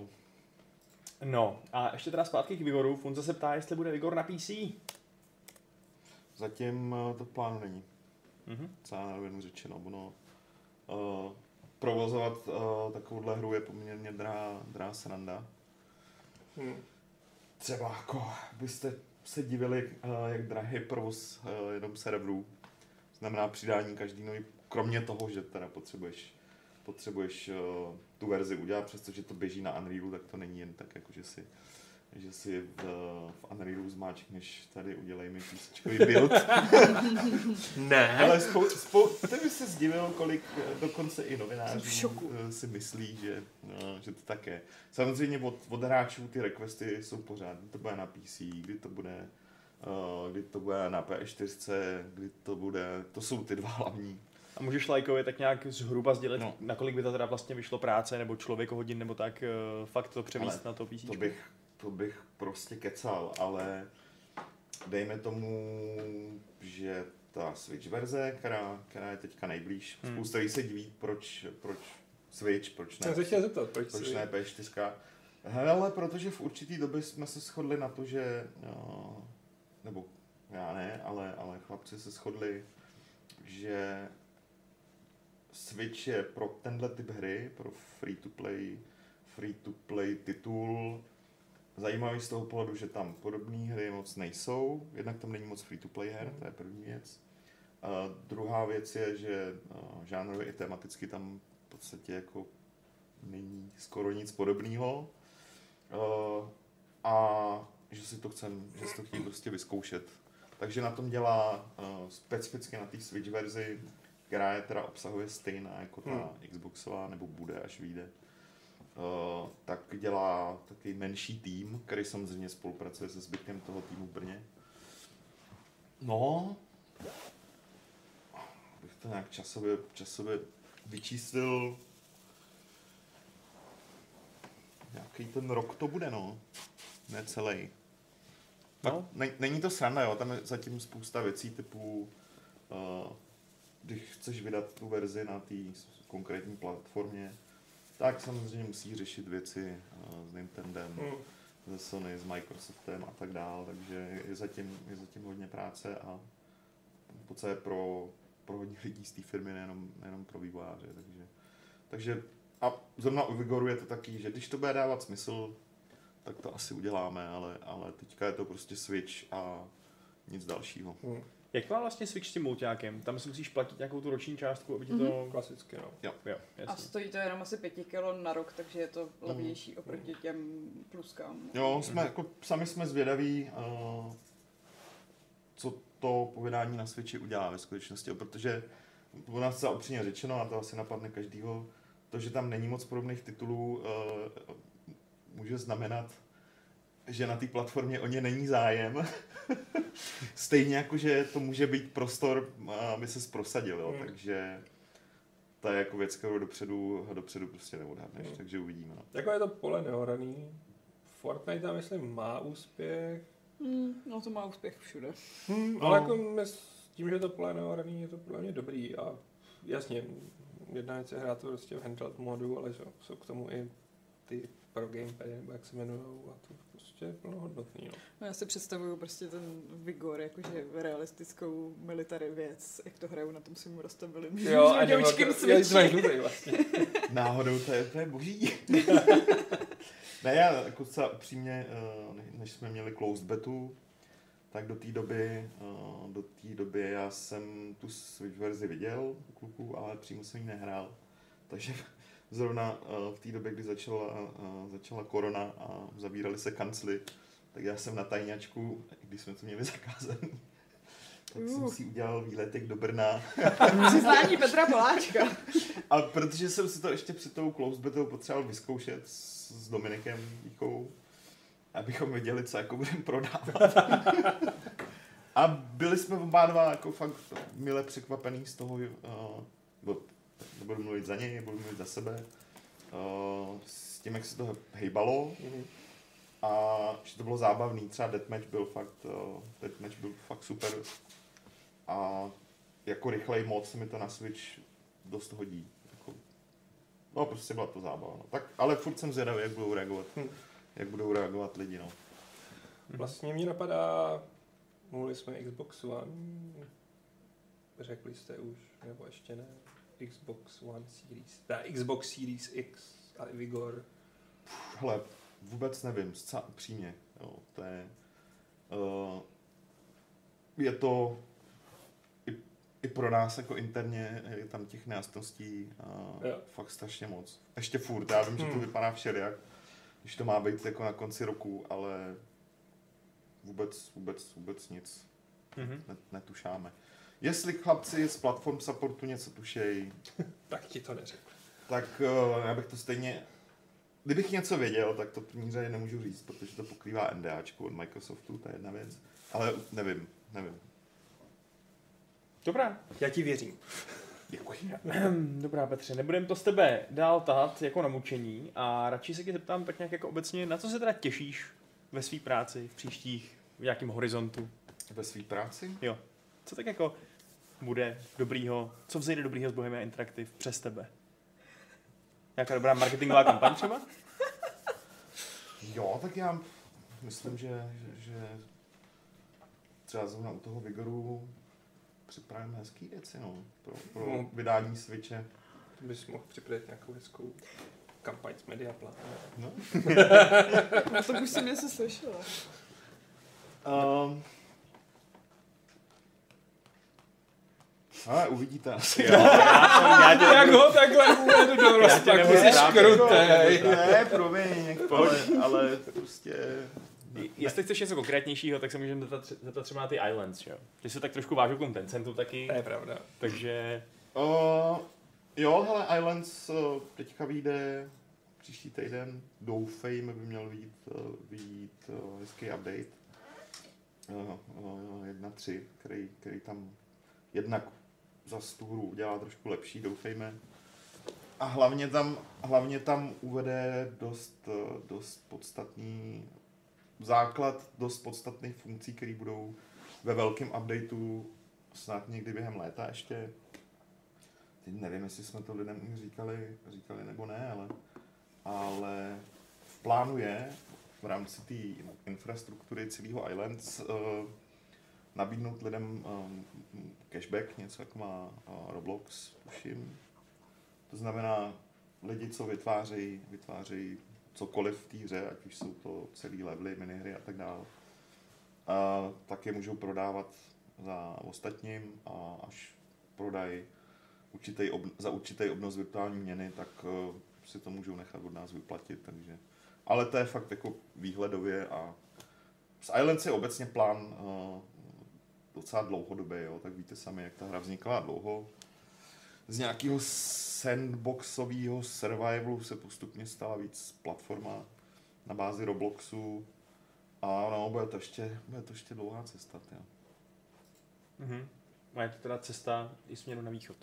[SPEAKER 1] No, a ještě teda zpátky k Vigoru. Funza se ptá, jestli bude Vigor na P C.
[SPEAKER 2] Zatím to plánu není.
[SPEAKER 1] Mm-hmm.
[SPEAKER 2] Celá na rovinu řečeno. Ono, uh, provozovat uh, takovouhle hru je poměrně drahá, drahá sranda. Hmm. Třeba jako byste se divili, uh, jak drahý provoz uh, jenom serverů. Znamená přidání každý nový, kromě toho, že teda potřebuješ potřebuješ uh, tu verzi udělat, přestože to běží na Unrealu, tak to není jen tak, jako že si, že si v, v Unrealu zmáčkneš, tady udělej mi písečkový build.
[SPEAKER 1] Ne.
[SPEAKER 2] Ale spou, spou, ty by se zdivil, kolik dokonce i novinářů
[SPEAKER 4] uh,
[SPEAKER 2] si myslí, že, no, že to tak je. Samozřejmě od, od hráčů ty requesty jsou pořád, kdy to bude na P C, kdy to bude, uh, kdy to bude na P S čtyři, kdy to bude, to jsou ty dva hlavní.
[SPEAKER 1] A můžeš lajkovi tak nějak zhruba sdělit, no. nakolik by to teda vlastně vyšlo práce, nebo člověkohodin, nebo tak uh, fakt to převíst na to P C?
[SPEAKER 2] To bych, to bych prostě kecal, ale dejme tomu, že ta Switch verze, která, která je teďka nejblíž, hmm. spousta lidí se diví, proč, proč Switch, proč ne,
[SPEAKER 3] Jsem se chtěl zeptat, proč,
[SPEAKER 2] proč ne P S čtyři. Hele, protože v určitý době jsme se shodli na to, že, no, nebo já ne, ale, ale chlapci se shodli, že Switch je pro tenhle typ hry, pro free-to-play, free-to-play titul zajímavý z toho pohledu, že tam podobné hry moc nejsou, jednak tam není moc free-to-play her, to je první věc. A druhá věc je, že žánrově i tematicky tam v podstatě jako není skoro nic podobného. A že si to chcem, že si to chtějí prostě vyzkoušet. Takže na tom dělá uh, specificky na té Switch verzi, která je teda obsahově stejná jako ta hmm. Xboxová, nebo bude, až vyjde. Uh, tak dělá takový menší tým, který samozřejmě spolupracuje se zbytkem toho týmu v Brně. No, bych to nějak časově, časově vyčíslil. Nějaký ten rok to bude, no. Ne celý. No. Ne, není to sranda, jo, tam je zatím spousta věcí typu, uh, když chceš vydat tu verzi na té konkrétní platformě, tak samozřejmě musí řešit věci uh, s Nintendem, mm. ze Sony, s Microsoftem a tak dál, takže je zatím, je zatím hodně práce a v podstatě pro, pro hodně lidí z té firmy, nejenom, nejenom pro vývojáře, takže, takže a zrovna u Vigoru je to taky, že když to bude dávat smysl, tak to asi uděláme, ale, ale teďka je to prostě Switch a nic dalšího.
[SPEAKER 3] Hmm.
[SPEAKER 1] Jak má vlastně Switch s tím multiákem? Tam si musíš platit nějakou tu roční částku, aby ti to...
[SPEAKER 3] Mm-hmm. Klasicky, no.
[SPEAKER 2] Jo.
[SPEAKER 1] Jo,
[SPEAKER 4] a stojí to jenom asi pěti kilo na rok, takže je to levnější mm. oproti těm pluskám.
[SPEAKER 2] Jo, jsme, mm. jako, sami jsme zvědaví, uh, co to povídání na Switchi udělá ve skutečnosti, protože u nás se upřímně řečeno, a to asi napadne každýho, to, že tam není moc podobných titulů, uh, může znamenat, že na té platformě o ně není zájem. Stejně jako, že to může být prostor, aby se prosadil, jo. Hmm. Takže to je jako věc, kterou dopředu, dopředu prostě neodhadneš, hmm. takže uvidíme. No.
[SPEAKER 3] Jako je to pole neoraný. Fortnite tam, myslím, má úspěch.
[SPEAKER 4] Hmm, no to má úspěch všude.
[SPEAKER 3] Hmm, no. Ale jako s tím, že to pole neoraný, je to podle mě dobrý a jasně, jedna věc je hrát to prostě v handheld modu, ale jsou k tomu i ty pro gamepady, nebo jak se jmenujou, a to prostě je plnohodnotný. No.
[SPEAKER 4] No já si představuju prostě ten Vigor, jakože realistickou military věc, jak to hrajou na tom svým roztabilým žluděučkým Switchi.
[SPEAKER 3] Vlastně.
[SPEAKER 2] Náhodou to je, to je boží. Ne, já jako docela upřímně, než jsme měli closed betu, tak do té doby, do té doby já jsem tu Switch verzi viděl u kluků, ale přímo jsem ji nehrál. Takže zrovna uh, v té době, kdy začala, uh, začala korona a zavíraly se kancly, tak já jsem na tajňačku, když jsme to měli zakázaný, tak uh. jsem si udělal výletek do Brna.
[SPEAKER 4] Přiznání Petra Poláčka.
[SPEAKER 2] A protože jsem si to ještě před tou closed betou potřeboval vyzkoušet s, s Dominikem Víchou, abychom věděli, co jako budeme prodávat. A byli jsme oba dva jako fakt mile překvapený z toho, uh, nebudu mluvit za něj, budu mluvit za sebe, uh, s tím, jak se to hejbalo mm-hmm. a že to bylo zábavný, třeba Deathmatch byl fakt, uh, Deathmatch byl fakt super a jako rychlej mod se mi to na Switch dost hodí. Jako, no prostě byla to zábava, no. Tak, ale furt jsem zvědavý, jak budou reagovat, hm. jak budou reagovat lidi, no.
[SPEAKER 3] Vlastně mě napadá, mluvili jsme Xbox One, řekli jste už, nebo ještě ne? Xbox One Series, ta Xbox Series X a Vigor.
[SPEAKER 2] Hele, vůbec nevím, zcela upřímně, jo, to je, uh, je to i, i pro nás jako interně, je tam těch nejasností uh, fakt strašně moc. Ještě furt, já vím, hmm. že to vypadá všelijak, když to má být jako na konci roku, ale vůbec, vůbec, vůbec nic mm-hmm. net, netušáme. Jestli chlapci z platform supportu něco tušejí,
[SPEAKER 3] tak ti to neřekl.
[SPEAKER 2] Tak uh, já bych to stejně, kdybych něco věděl, tak to v první řadě nemůžu říct, protože to pokrývá NDAčku od Microsoftu, to je jedna věc, ale nevím, nevím.
[SPEAKER 1] Dobrá.
[SPEAKER 3] Já ti věřím.
[SPEAKER 2] Děkuji.
[SPEAKER 1] Dobrá, Petře, nebudem to s tebe dál tahat jako na mučení a radši se tě zeptám tak nějak jako obecně, na co se teda těšíš ve své práci v příštích, v nějakém horizontu?
[SPEAKER 2] Ve své práci?
[SPEAKER 1] Jo. Co tak jako bude dobrýho, co vzejde dobrýho z Bohemia Interactive přes tebe? Nějaká dobrá marketingová kampaň třeba?
[SPEAKER 2] Jo, tak já myslím, že, že, že třeba zrovna u toho Vigoru připravíme hezký věci, no, pro, pro no. vydání Switche.
[SPEAKER 3] Ty bys mohl připravit nějakou hezkou kampaň s Mediaplan.
[SPEAKER 2] No.
[SPEAKER 4] No to už jsem něco slyšela.
[SPEAKER 2] Um, Ale uvidíte asi.
[SPEAKER 1] Jo, já, já
[SPEAKER 3] jak ho takhle uvedu do rozpaku, jsi škrutej.
[SPEAKER 2] Ne, promiň, ale, ale prostě
[SPEAKER 1] Jestli chceš něco konkrétnějšího, tak se můžeme zeptat, zeptat třeba na ty Islands, jo? Ty se tak trošku vážou k tomu Tencentu taky.
[SPEAKER 3] To je pravda.
[SPEAKER 1] Takže...
[SPEAKER 2] Uh, jo, hele, Islands uh, teďka vyjde příští týden. Doufejme, by měl vyjít, uh, vyjít uh, hezký update. Uh, uh, jedna tři, který, který tam jednak zas tu hru udělá trošku lepší, doufejme. A hlavně tam, hlavně tam uvede dost, dost podstatný základ, dost podstatných funkcí, které budou ve velkém updateu snad někdy během léta ještě. Teď nevím, jestli jsme to lidem už říkali, říkali nebo ne, ale, ale v plánu je v rámci té infrastruktury celého Islands uh, nabídnout lidem um, cashback, něco jako má uh, Roblox, tuším. To znamená, lidi, co vytvářejí, vytvářejí cokoliv v té hře, ať už jsou to celý levely, minihry a tak dále, a tak je můžou prodávat za ostatním a až prodají určitý ob, za určitý obnos virtuální měny, tak uh, si to můžou nechat od nás vyplatit. Takže. Ale to je fakt jako výhledově a z Islands je obecně plán uh, docela dlouhodobý, jo, tak víte sami, jak ta hra vznikla dlouho. Z nějakého sandboxového survivalu se postupně stala víc platforma na bázi Robloxu a no, bude to ještě, bude to ještě dlouhá cesta. Tě.
[SPEAKER 1] Mhm. A je to teda cesta i směru na východ?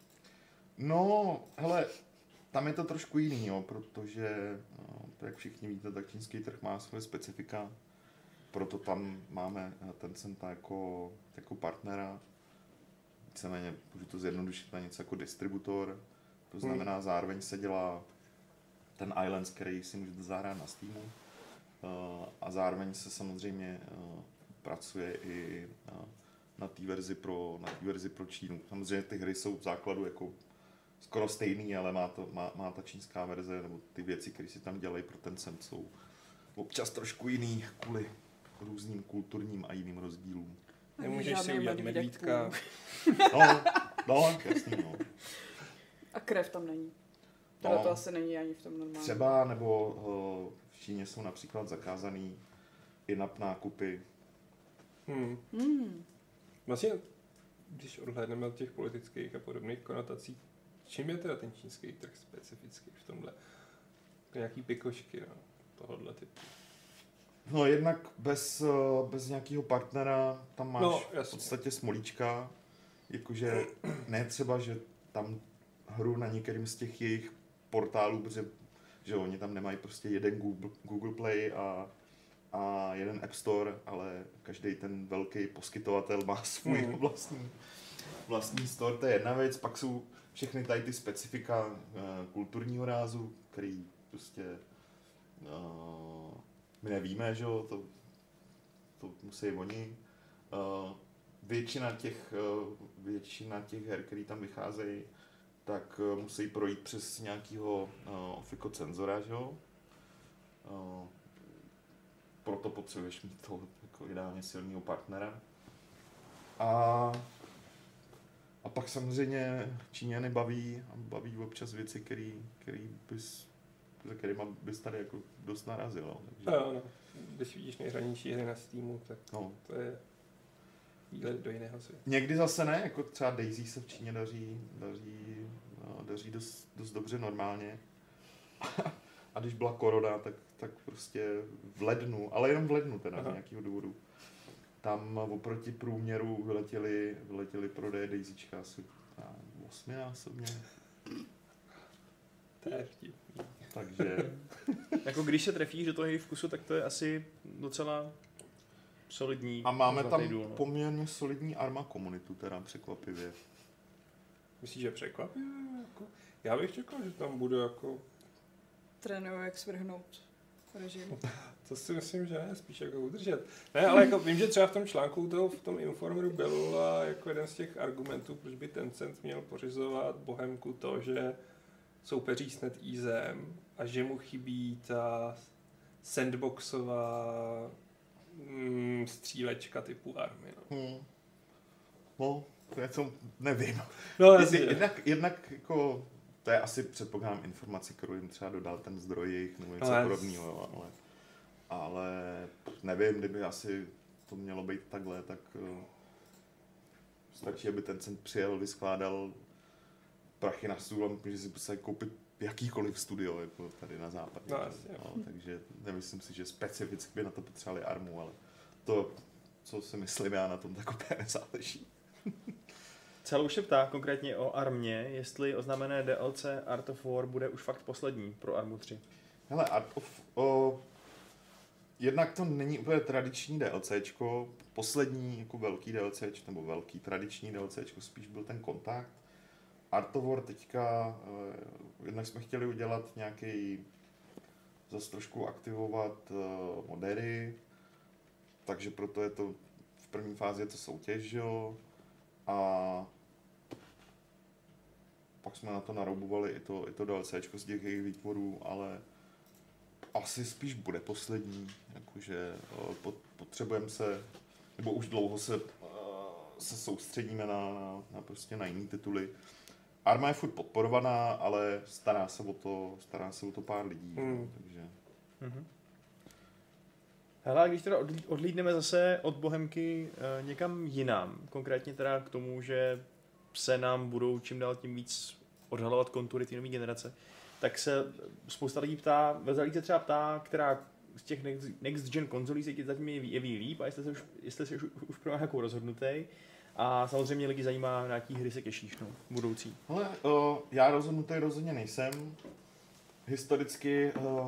[SPEAKER 2] No, hele, tam je to trošku jiný, jo, protože, no, jak všichni víte, tak čínský trh má svoje specifika, proto tam máme Tencenta jako, jako partnera. Víceméně, můžu to zjednodušit na něco jako distributor, to znamená, hmm. zároveň se dělá ten Islands, který si můžete zahrát na Steamu uh, a zároveň se samozřejmě uh, pracuje i uh, na té verzi pro, na té verzi pro Čínu. Samozřejmě ty hry jsou v základu jako skoro stejný, ale má, to, má, má ta čínská verze, nebo ty věci, které si tam dělají pro ten cent, jsou občas trošku jiný kvůli různým kulturním a jiným rozdílům.
[SPEAKER 3] Nemůžeš si udělat medvídka.
[SPEAKER 2] No, no, jasný, no.
[SPEAKER 4] A krev tam není. Teda no, to asi není ani v tom normálním.
[SPEAKER 2] Třeba, nebo uh, v Číně jsou například zakázaný in-app nákupy.
[SPEAKER 3] Hmm.
[SPEAKER 4] Hmm.
[SPEAKER 3] Vlastně, když odhlédneme od těch politických a podobných konotací, čím je teda ten čínský trh specifický v tomhle? Nějaký pikošky, no, tohohle typu.
[SPEAKER 2] No jednak bez, bez nějakého partnera tam máš
[SPEAKER 3] no,
[SPEAKER 2] v podstatě smolíčka, jakože ne třeba, že tam hru na některým z těch jejich portálů, protože že oni tam nemají prostě jeden Google, Google Play a, a jeden App Store, ale každý ten velký poskytovatel má svůj mm. vlastní, vlastní store, to je jedna věc, pak jsou všechny tady ty specifika uh, kulturního rázu, který prostě uh, my nevíme, že jo, to, to musí oni. Uh, většina těch, uh, většina těch her, které tam vycházejí, tak uh, musí projít přes nějakého uh, ofiko cenzora, že jo. Uh, proto potřebuješ mít toho jako ideálně silného partnera. A, a pak samozřejmě Číňany baví, baví občas věci, které bys za kterýma bys tady jako dost narazil. No. Takže...
[SPEAKER 3] No, no. Když vidíš nejhranější hry na Steamu, tak no. To je výlet do jiného světa.
[SPEAKER 2] Někdy zase ne, jako třeba Daisy se v Číně daří, daří, no, daří dost, dost dobře normálně. A když byla korona, tak, tak prostě v lednu, ale jenom v lednu teda z nějakého důvodu, tam oproti průměru vyletěli, vyletěli prodeje Daisyčka asi osminásobně.
[SPEAKER 3] To je vtipný.
[SPEAKER 2] Takže...
[SPEAKER 1] jako když se trefíš do toho jejich vkusu, tak to je asi docela solidní.
[SPEAKER 2] A máme tam
[SPEAKER 1] důl, no.
[SPEAKER 2] poměrně solidní Arma komunitu, teda překvapivě.
[SPEAKER 3] Myslíš, že překvapivě? Jako... Já bych čekal, že tam bude jako...
[SPEAKER 4] Trénuju, jak svrhnout režim.
[SPEAKER 3] To si myslím, že ne, spíš jako udržet. Ne, ale jako vím, že třeba v tom článku toho, v tom Informeru byl jako jeden z těch argumentů, proč by Tencent měl pořizovat Bohemku to, že soupeří s NetEasem a že mu chybí ta sandboxová mm, střílečka typu Army. No,
[SPEAKER 2] hmm. no já to nevím.
[SPEAKER 3] No,
[SPEAKER 2] jednak, jednak jako, to je asi předpokládám informace, kterou jim třeba dodal ten zdroj jejich nebo něco no, podobného, ale, ale nevím, kdyby asi to mělo být takhle, tak uh, stačí, aby ten cent přijel, vyskládal prachy na stůl a může si prostě koupit jakýkoliv studio jako tady na západě.
[SPEAKER 3] No, jasně.
[SPEAKER 2] No, takže nemyslím si, že specificky by na to potřebovali armu, ale to, co si myslím já, na tom tak úplně nezáleží.
[SPEAKER 1] Celou se ptá konkrétně o armě, jestli oznámené D L C Art of War bude už fakt poslední pro Armu tři.
[SPEAKER 2] Hele, Art of... O, jednak to není úplně tradiční DLCčko, poslední jako velký DLCčko, nebo velký tradiční DLCčko spíš byl ten Kontakt. Art of War teďka, uh, jednak jsme chtěli udělat nějaký, zase trošku aktivovat uh, modery, takže proto je to, v první fázi je to soutěž, jo, a pak jsme na to naroubovali i to, i to DLCčko z těch jejich výtvorů, ale asi spíš bude poslední, jakože uh, potřebujeme se, nebo už dlouho se, uh, se soustředíme na, na, na prostě na jiný tituly. Arma je furt podporovaná, ale stará se o to, stará se o to pár lidí,
[SPEAKER 3] Hmm.
[SPEAKER 2] takže...
[SPEAKER 1] Mhm. Hele, když teda odlídneme zase od Bohemky e, někam jinam, konkrétně teda k tomu, že se nám budou čím dál tím víc odhalovat kontury té nové generace, tak se spousta lidí ptá, Vezalí se třeba ptá, která z těch next, next gen konzolí se ti zatím jeví líp a jestli jsi už, jestli jsi už, už pro nějakou rozhodnutý. A samozřejmě lidi zajímá, na jaký hry se těšíš, no, budoucí.
[SPEAKER 2] Ale uh, já rozhodnutý rozhodně nejsem. Historicky, uh,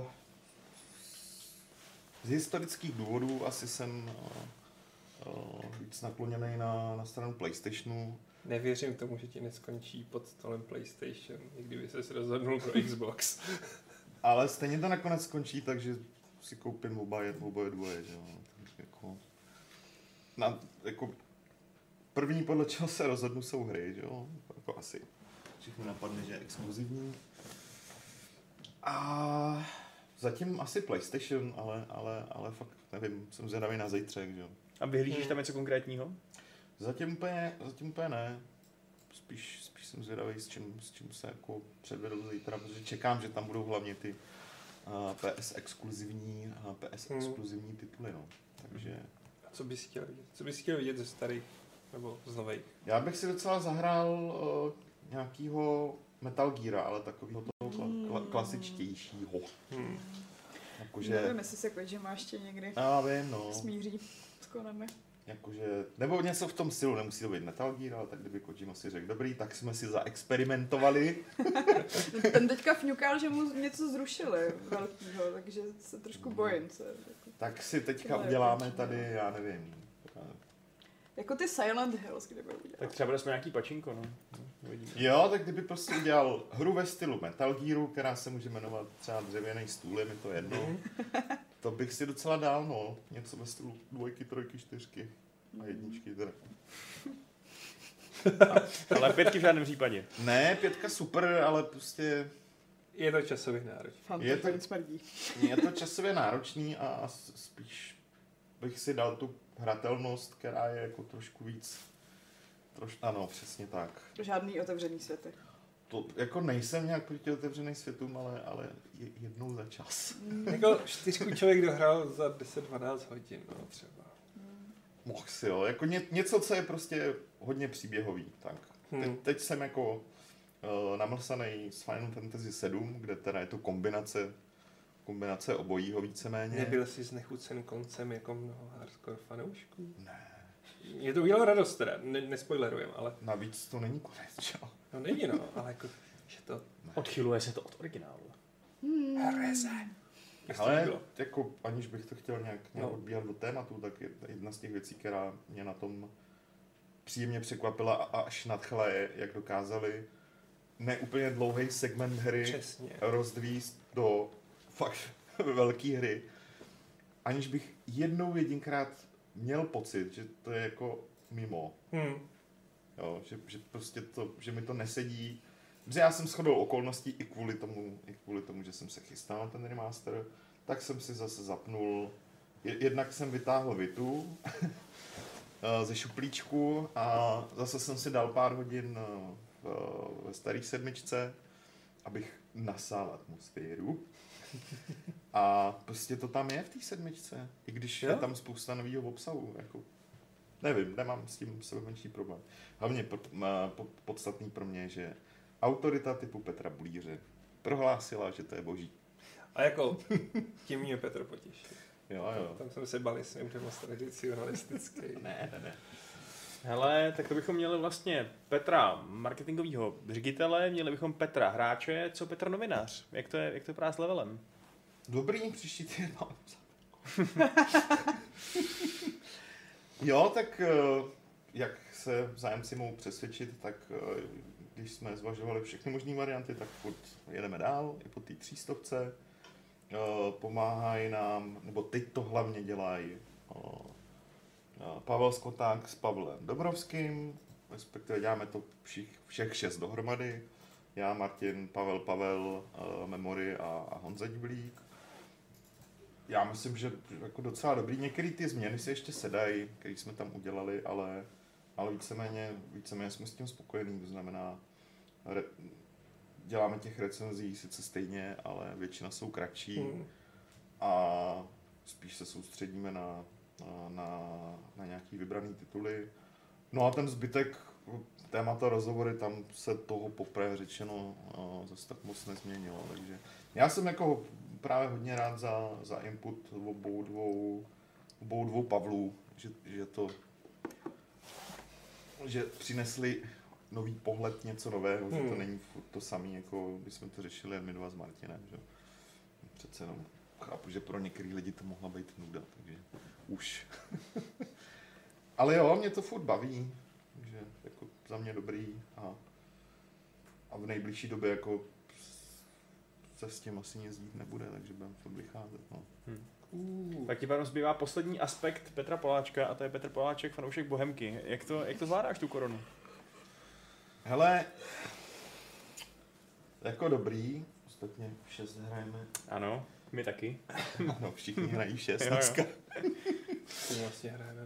[SPEAKER 2] z historických důvodů asi jsem uh, uh, víc nakloněný na, na stranu PlayStationu.
[SPEAKER 3] Nevěřím tomu, že ti neskončí pod stolem PlayStation, i kdyby ses rozhodnul pro Xbox.
[SPEAKER 2] Ale stejně to nakonec skončí, takže si koupím oboje, oboje dvoje, že jo. Jako, na, jako první, podle čeho se rozhodnu, jsou hry, že jo. Jako asi všichni napadne, že je exkluzivní. A zatím asi PlayStation, ale, ale, ale fakt nevím, jsem zvědavý na zítřek, že jo.
[SPEAKER 1] A vyhlížíš tam něco konkrétního?
[SPEAKER 2] Zatím úplně, zatím úplně ne. Spíš, spíš jsem zvědavý, s čím, s čím se jako předvedou zítra, protože čekám, že tam budou hlavně ty uh, P S exkluzivní, uh, P S
[SPEAKER 3] Hmm.
[SPEAKER 2] exkluzivní tituly, no. Takže
[SPEAKER 3] A co bys chtěl vidět? Co bys chtěl vidět ze starých nebo z nových?
[SPEAKER 2] já bych si docela zahrál uh, nějakýho Metal Geara, ale takového toho kla- kla- klasičtějšího.
[SPEAKER 3] Hmm.
[SPEAKER 2] Jakože,
[SPEAKER 4] Nevím, jestli se Kojima ještě někdy
[SPEAKER 2] já vím, no.
[SPEAKER 4] smíří s Konami.
[SPEAKER 2] Jakože, nebo něco v tom stylu, nemusí to být Metal Gear, ale tak kdyby Kojima si řekl, dobrý, tak jsme si zaexperimentovali.
[SPEAKER 4] Ten teďka fňukal, že mu něco zrušili velkýho, takže se trošku bojím. Co, jako,
[SPEAKER 2] Tak si teďka
[SPEAKER 4] Tohle je
[SPEAKER 2] uděláme
[SPEAKER 4] konečně.
[SPEAKER 2] tady, já nevím.
[SPEAKER 4] jako ty Silent Hills, kdyby udělal.
[SPEAKER 1] Tak třeba bude jsme nějaký pačinko, no. no uvidíme.
[SPEAKER 2] Jo, tak kdyby prostě udělal hru ve stylu Metal Gearu, která se může jmenovat třeba Dřevěný stůl, je mi to jedno, to bych si docela dal, no. Něco ve stylu dvojky, trojky, čtyřky a jedničky teda.
[SPEAKER 1] Ale pětky v žádném případě.
[SPEAKER 2] Ne, pětka super, ale prostě
[SPEAKER 3] Je to časově náročné.
[SPEAKER 4] Fan
[SPEAKER 2] je
[SPEAKER 4] to
[SPEAKER 2] to-
[SPEAKER 4] to smrdí.
[SPEAKER 2] je to časově náročný a, a s- spíš bych si dal tu hratelnost, která je jako trošku víc, troš, ano, přesně tak.
[SPEAKER 4] Žádný otevřený světy.
[SPEAKER 2] To, jako nejsem nějak proti otevřeným světům, ale, ale je- jednou za čas.
[SPEAKER 3] Jako čtyřku člověk dohrál za deset dvanáct hodin, no třeba.
[SPEAKER 2] Mohl si, jo. Jako ně, něco, co je prostě hodně příběhový. Tak.
[SPEAKER 3] Hmm.
[SPEAKER 2] Teď, teď jsem jako uh, namlsanej s Final Fantasy sedm, kde teda je to kombinace, kombinace obojího víceméně.
[SPEAKER 3] Nebyl jsi znechucen koncem jako mnoho hardcore fanoušků?
[SPEAKER 2] Ne.
[SPEAKER 3] Mě to udělalo radost teda, ne, nespoilerujem, ale
[SPEAKER 2] Navíc to není konec, čo?
[SPEAKER 3] no není no, ale jako, že to
[SPEAKER 1] Odchyluje se to od originálu.
[SPEAKER 3] hereze.
[SPEAKER 2] Ale jako, aniž bych to chtěl nějak, nějak
[SPEAKER 3] No.
[SPEAKER 2] odbíhat do tématu, tak je jedna z těch věcí, která mě na tom příjemně překvapila a až nadchla je, jak dokázali neúplně dlouhý segment hry
[SPEAKER 3] Přesně.
[SPEAKER 2] rozdvíst do fakt velké hry, aniž bych jednou jedinkrát měl pocit, že to je jako mimo.
[SPEAKER 3] Hmm.
[SPEAKER 2] Jo, že, že prostě to, že mi to nesedí. Protože já jsem shodou okolností i kvůli tomu, i kvůli tomu, že jsem se chystal na ten remaster, tak jsem si zase zapnul, jednak jsem vytáhl Vitu ze šuplíčku a zase jsem si dal pár hodin v, ve starý sedmičce abych nasál atmosféru. A prostě to tam je v té sedmičce, i když jo? je tam spousta nového obsahu. Jako, nevím, nemám s tím sebemenší problém. Hlavně pod, má, pod, podstatný pro mě, že autorita typu Petra Bulíře prohlásila, že to je boží.
[SPEAKER 3] A jako tím mě Petr potěšil.
[SPEAKER 2] Jo, jo.
[SPEAKER 3] Tam jsme se bali s ním moc tradicionalistický.
[SPEAKER 2] ne, ne, ne.
[SPEAKER 1] Hele, tak to bychom měli vlastně Petra marketingového ředitele, měli bychom Petra hráče, co Petr novinář? Jak to je, jak to je s levelem?
[SPEAKER 2] Dobrý, příští týden mám. Jo, tak jak se zájemci mohou přesvědčit, tak když jsme zvažovali všechny možné varianty, tak furt jedeme dál, i po té třístovce. Pomáhají nám, nebo teď to hlavně dělají Pavel Skoták s Pavlem Dobrovským, respektive děláme to všich, všech šest dohromady. Já, Martin, Pavel, Pavel, Memory a, a Honza Diblík. Já myslím, že jako docela dobrý. Některé ty změny se ještě sedají, které jsme tam udělali, ale, ale víceméně, víceméně jsme s tím spokojení. To znamená, re, děláme těch recenzí sice stejně, ale většina jsou kratší hmm. a spíš se soustředíme na, na, na, na nějaký vybraný tituly. No a ten zbytek témata rozhovory, tam se toho poprvé řečeno zase tak moc nezměnilo. Takže já jsem jako právě hodně rád za, za input obou dvou, obou dvou Pavlů, že, že to že přinesli nový pohled, něco nového, hmm. že to není to samé, jako když jsme to řešili my dva s Martinem. Že? Přece jenom chápu, že pro některý lidi to mohla být nuda, takže už. Ale jo, mě to furt baví, takže jako za mě dobrý a, a v nejbližší době jako se s tím asi nic dít nebude, takže budeme furt vycházet. No.
[SPEAKER 1] Hmm. Uh. Tak ti pádem zbývá poslední aspekt Petra Poláčka a to je Petr Poláček, fanoušek Bohemky. Jak to, jak to zvládáš tu korunu?
[SPEAKER 2] Hele, jako dobrý, ostatně šest hrajeme.
[SPEAKER 1] Ano, my taky.
[SPEAKER 2] Ano, všichni hrají šest dneska.
[SPEAKER 3] My vlastně hrajeme.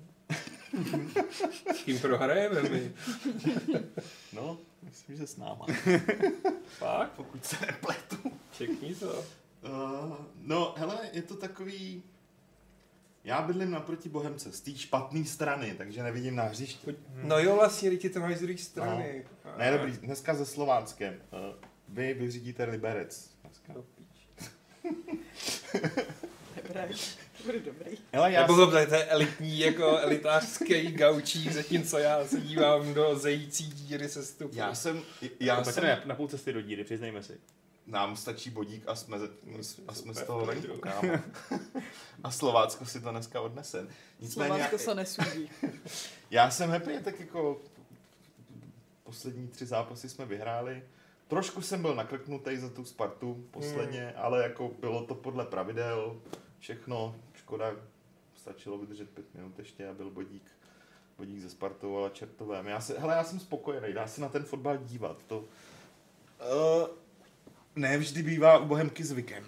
[SPEAKER 3] S kým prohrajeme my?
[SPEAKER 2] No, myslím, že s náma.
[SPEAKER 3] Fakt?
[SPEAKER 2] Pokud se nepletu.
[SPEAKER 3] Čekni to.
[SPEAKER 2] Uh, no, hele, je to takový... Já bydlím naproti Bohemce, z té špatné strany, takže nevidím na hřišti.
[SPEAKER 3] No jo, vlastně, lidi to máš z druhé strany.
[SPEAKER 2] No. Ne, dobrý, dneska ze Slovánskem. Uh, vy vyřídíte Liberec dneska.
[SPEAKER 3] No,
[SPEAKER 4] Dobré, to bude dobrý.
[SPEAKER 2] Hele, já
[SPEAKER 3] Nebo to je elitní, jako elitářský gaučík, zatímco já se dívám do zející díry se stupy.
[SPEAKER 2] Já jsem... Já
[SPEAKER 1] no,
[SPEAKER 2] jsem
[SPEAKER 1] ne, na půl cesty do díry, přiznejme si.
[SPEAKER 2] Nám stačí bodík a jsme, ze, a jsme z toho venku, kámo. A Slovácko si to dneska odnese.
[SPEAKER 4] Nicméně, Slovácko se nesudí.
[SPEAKER 2] Já jsem happy, tak jako poslední tři zápasy jsme vyhráli. Trošku jsem byl nakrknutý za tu Spartu posledně, hmm. ale jako bylo to podle pravidel. Všechno, škoda, stačilo vydržet pět minut ještě a byl bodík. Bodík ze Spartou, ale čertovém. Já se, hele, já jsem spokojený, dá se na ten fotbal dívat. To... Uh, Ne, vždy bývá u Bohemky zvykem.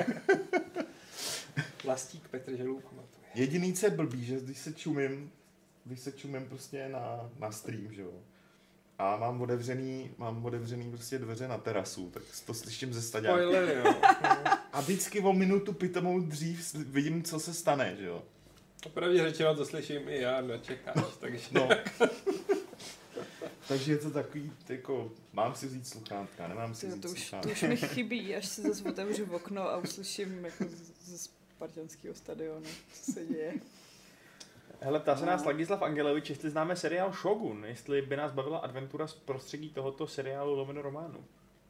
[SPEAKER 3] Vlastík Petr Želů pamatuje.
[SPEAKER 2] Jediný, co je blbý, že když se čumím, když se čumím prostě na, na stream, že jo. A mám otevřený, mám otevřený prostě dveře na terasu, tak to slyším ze staďáku. A vždycky o minutu pitomou dřív vidím, co se stane, že jo.
[SPEAKER 3] Opravdu řečeno, to slyším i já, nečekáš, takže...
[SPEAKER 2] No. Takže je to takový, jako, mám si vzít sluchátka, nemám si vzít
[SPEAKER 4] to už,
[SPEAKER 2] sluchátka.
[SPEAKER 4] To už mi chybí, až si zase otevřu v okno a uslyším jako ze spartanského stadionu, co se děje.
[SPEAKER 1] Hele, ptá se nás Ladislav Angelevič, jestli známe seriál Shogun, jestli by nás bavila adventura z prostředí tohoto seriálu lomeno románu.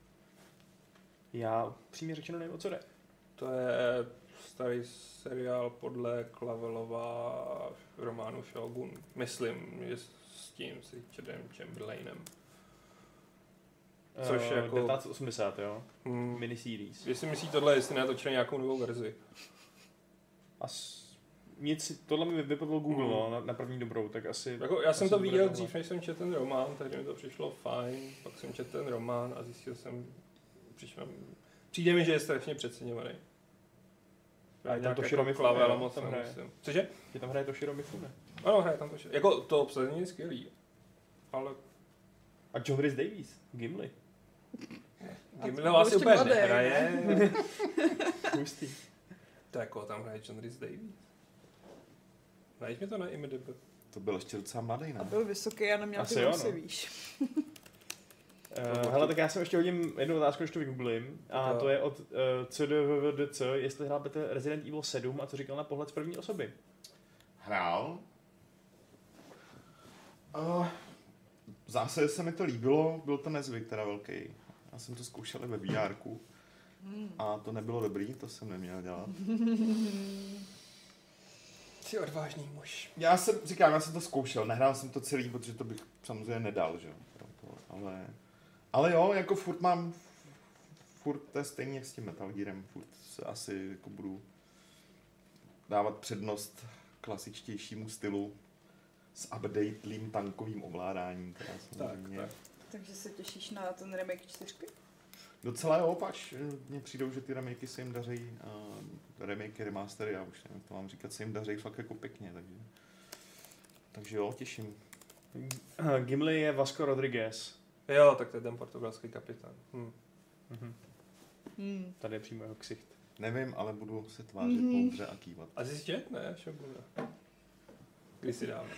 [SPEAKER 1] Já přímě řečeno nevím, o co jde.
[SPEAKER 3] To je starý seriál podle Clavelova románu Shogun. Myslím, že s tím, s Richardem Chamberlainem. Což uh, jako...
[SPEAKER 1] devatenáct osmdesát, jo?
[SPEAKER 3] Hmm.
[SPEAKER 1] Miniseries.
[SPEAKER 3] Jestli myslí tohle, jestli natočili nějakou novou verzi.
[SPEAKER 1] A s... nic, tohle mi vypadlo Google, mm. no, na, na první dobrou, tak asi...
[SPEAKER 3] Jako, já jsem to viděl dřív, než jsem četl ten román, takže mi to přišlo fajn, pak jsem četl ten román a zjistil jsem, přišel, přijde mi, že je strašně přeceňovaný.
[SPEAKER 1] A tam Toshiro Mifune,
[SPEAKER 3] ale moc tam hraje. Cože?
[SPEAKER 1] Je tam hraje Toshiro Mifune.
[SPEAKER 3] Ano, hraje tam Toshiro. Jako to obsazení je skvělý, ale...
[SPEAKER 1] A John Rhys Davies, Gimli.
[SPEAKER 3] Gimli asi
[SPEAKER 4] ještě
[SPEAKER 3] úplně
[SPEAKER 4] mladý,
[SPEAKER 3] nehraje.
[SPEAKER 1] Hustý.
[SPEAKER 3] To jako tam hraje John Rhys Davies. Najď mi to na I M D B.
[SPEAKER 2] To byl ještě docela mladý,
[SPEAKER 4] A
[SPEAKER 2] ne?
[SPEAKER 4] byl vysoký a neměl
[SPEAKER 1] Asi
[SPEAKER 4] ty
[SPEAKER 1] jo,
[SPEAKER 4] vlasy,
[SPEAKER 1] no.
[SPEAKER 4] víš.
[SPEAKER 1] Uh, hele, tak já jsem ještě hodím jednu otázku, než to vygooglím. A
[SPEAKER 3] Jo.
[SPEAKER 1] to je od uh, C D V D C, jestli hrál Petr Resident Evil sedm a co říkal na pohled z první osoby.
[SPEAKER 2] Hrál. Uh, v zásadě se mi to líbilo, byl to nezvyk teda velký. Já jsem to zkoušel i ve V R ku a to nebylo dobrý, to jsem neměl dělat.
[SPEAKER 3] Jsi odvážný muž.
[SPEAKER 2] Já jsem, říkám, já jsem to zkoušel, nehrál jsem to celý, protože to bych samozřejmě nedal, že jo. Ale, ale jo, jako furt mám, furt to je stejně jak s tím Metal Gearem, furt se asi jako budu dávat přednost klasičtějšímu stylu s updatelým tankovým ovládáním. Teda samozřejmě.
[SPEAKER 3] tak.
[SPEAKER 4] Takže se těšíš na ten remake čtyřky?
[SPEAKER 2] Docela jo, pač mně přijdou, že ty remakey se jim daří, uh, remakey, remastery, já už nevím, jak to mám říkat, se jim daří fakt jako pěkně, takže, takže jo, těším.
[SPEAKER 1] Gimli je Vasco Rodriguez.
[SPEAKER 3] Jo, tak to je ten portugalský kapitán. Hm.
[SPEAKER 1] Mhm.
[SPEAKER 4] Hmm.
[SPEAKER 1] Tady je přímo jeho ksicht.
[SPEAKER 2] Nevím, ale budu se tvářit
[SPEAKER 4] Mhm.
[SPEAKER 2] moudře a kývat.
[SPEAKER 3] A jsi čet? Ne, Šoguna. Kdy si dávno.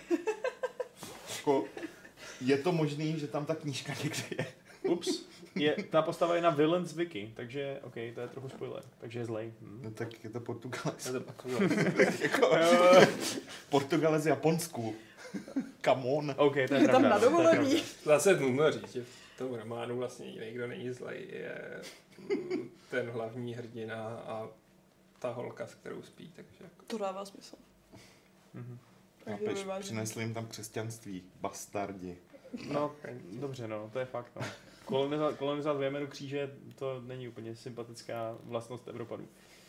[SPEAKER 2] Jako, je to možný, že tam ta knížka někde je.
[SPEAKER 1] Ups. Je, ta postava je na Villains Wiki, takže ok, to je trochu spoiler, takže je zlej. Hm.
[SPEAKER 2] No tak je to Portugalec.
[SPEAKER 3] Já to pak
[SPEAKER 2] jako, Portugalec Japonsku. Come on.
[SPEAKER 1] Ok, to je
[SPEAKER 4] Je tam
[SPEAKER 1] pravda.
[SPEAKER 4] na
[SPEAKER 1] to je
[SPEAKER 4] dovolení.
[SPEAKER 1] pravda.
[SPEAKER 3] Zase nutno říct, že v tom románu vlastně nikdo není zlej. Je mm, ten hlavní hrdina a ta holka, s kterou spí, takže jako...
[SPEAKER 4] To dává smysl.
[SPEAKER 1] Mhm.
[SPEAKER 4] Takže
[SPEAKER 2] Chápeš,
[SPEAKER 4] vyvážený.
[SPEAKER 2] přinesli jim tam křesťanství. Bastardi.
[SPEAKER 1] No, dobře, no, to je fakt, no. Kolonizovat, kolonizovat ve jménu kříže, to není úplně sympatická vlastnost Evropanů.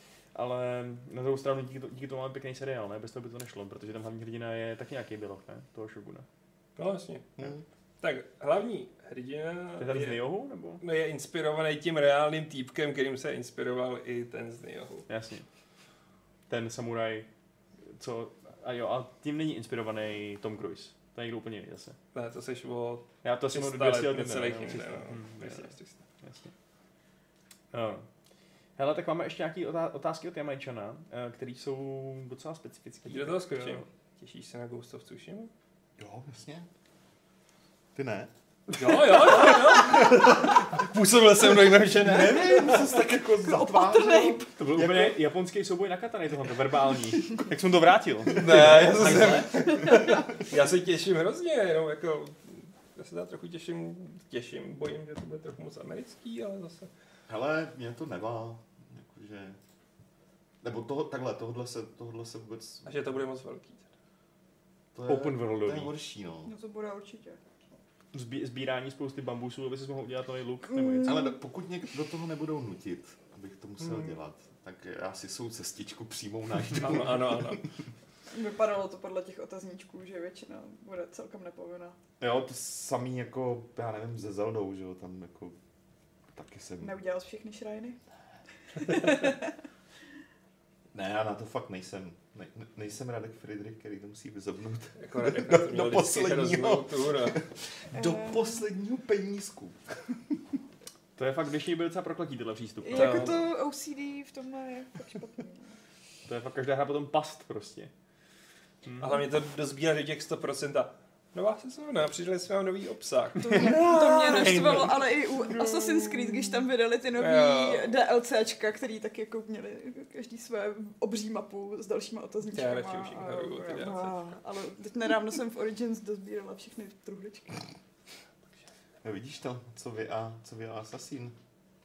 [SPEAKER 1] Ale na druhou stranu díky, to, díky tomu máme pěkný seriál, ne? Bez toho by to nešlo, protože tam hlavní hrdina je taky nějaký běloch, ne? Toho Shoguna.
[SPEAKER 3] No vlastně.
[SPEAKER 2] Hm.
[SPEAKER 3] Tak hlavní hrdina
[SPEAKER 1] To je ten z Niohu, nebo?
[SPEAKER 3] no, je inspirovaný tím reálným týpkem, kterým se inspiroval i ten z Niohu.
[SPEAKER 1] Jasně. Ten samuraj, co... A jo, a tím není inspirovaný Tom Cruise. To je někdo úplně jiný zase.
[SPEAKER 3] Ne, to seš o
[SPEAKER 1] Já to jsem
[SPEAKER 3] tři
[SPEAKER 1] od
[SPEAKER 3] sta
[SPEAKER 1] dvě
[SPEAKER 3] let
[SPEAKER 1] let
[SPEAKER 3] necelých
[SPEAKER 1] necelých
[SPEAKER 3] jinde, no.
[SPEAKER 1] Hm,
[SPEAKER 3] dvě stě,
[SPEAKER 1] jasně.
[SPEAKER 3] tři sta.
[SPEAKER 1] Jasně. No. Hele, tak máme ještě nějaké otázky od Jamajčana, který jsou docela specifické.
[SPEAKER 3] Teď do toho skočím. Těšíš se na Ghost of Tsushima?
[SPEAKER 2] Jo, jasně. Ty ne?
[SPEAKER 3] Jo, jo, jo, jo. Působil jsem dojem, že ne.
[SPEAKER 2] Nevím, jsi tak jako
[SPEAKER 4] Opatrnej.
[SPEAKER 1] To byl úplně japonský souboj na katany, tohle verbální. Jak jsem to vrátil?
[SPEAKER 3] Ne, já, jsem, já se těším hrozně, jenom jako, já se teda trochu těším, těším, bojím, že to bude trochu moc americký, ale zase.
[SPEAKER 2] Hele, mě to nevá. Jakože... Nebo toho, takhle, tohle se, tohle se vůbec...
[SPEAKER 3] A že to bude moc velký.
[SPEAKER 2] To je,
[SPEAKER 1] Open worldový.
[SPEAKER 2] To je horší, no.
[SPEAKER 4] No to bude určitě.
[SPEAKER 1] Zbí, sbírání spousty bambusů, aby si mohl udělat nový look nebo něco.
[SPEAKER 2] Ale pokud mě do toho nebudou nutit, abych to musel
[SPEAKER 3] Hmm.
[SPEAKER 2] dělat, tak já si svou cestičku přímou najdu.
[SPEAKER 3] Ano, ano, ano.
[SPEAKER 4] Vypadalo to podle těch otazníčků, že většina bude celkem nepovinná.
[SPEAKER 2] Jo, to samý jako, já nevím, se Zeldou, že jo, tam jako taky jsem...
[SPEAKER 4] Neudělal jsi všechny šrajny?
[SPEAKER 2] Ne, já na to fakt nejsem. Ne, ne, nejsem Radek Friedrich, který to musí vyzobnout.
[SPEAKER 3] Jako Radek na to
[SPEAKER 2] Do
[SPEAKER 3] měl vždycky
[SPEAKER 2] posledního.
[SPEAKER 3] hroznou tu, no.
[SPEAKER 2] Do posledního penízku.
[SPEAKER 1] To je fakt dnešní byl docela prokletí, tenhle přístup.
[SPEAKER 4] I
[SPEAKER 1] No.
[SPEAKER 4] jako to O C D v tomhle je fakt špatný.
[SPEAKER 1] To je fakt každá hra potom past prostě. Hm.
[SPEAKER 3] A hlavně to dozbírá do těch sto procent a nová sezóna, přidali jsme vám nový obsah.
[SPEAKER 4] To, to mě naštvalo, ale i u Assassin's Creed, když tam vydali ty nový
[SPEAKER 3] Jo.
[SPEAKER 4] DLCčka, který tak jako měli každý své obří mapu s dalšíma
[SPEAKER 3] Já
[SPEAKER 4] otazníčkama.
[SPEAKER 3] radši už ignoruju ty
[SPEAKER 4] a-
[SPEAKER 3] DLCčka.
[SPEAKER 4] ale teď nedávno jsem v Origins dozbírala všechny truhličky.
[SPEAKER 2] No, vidíš to, co vy a, co vy a Assassin.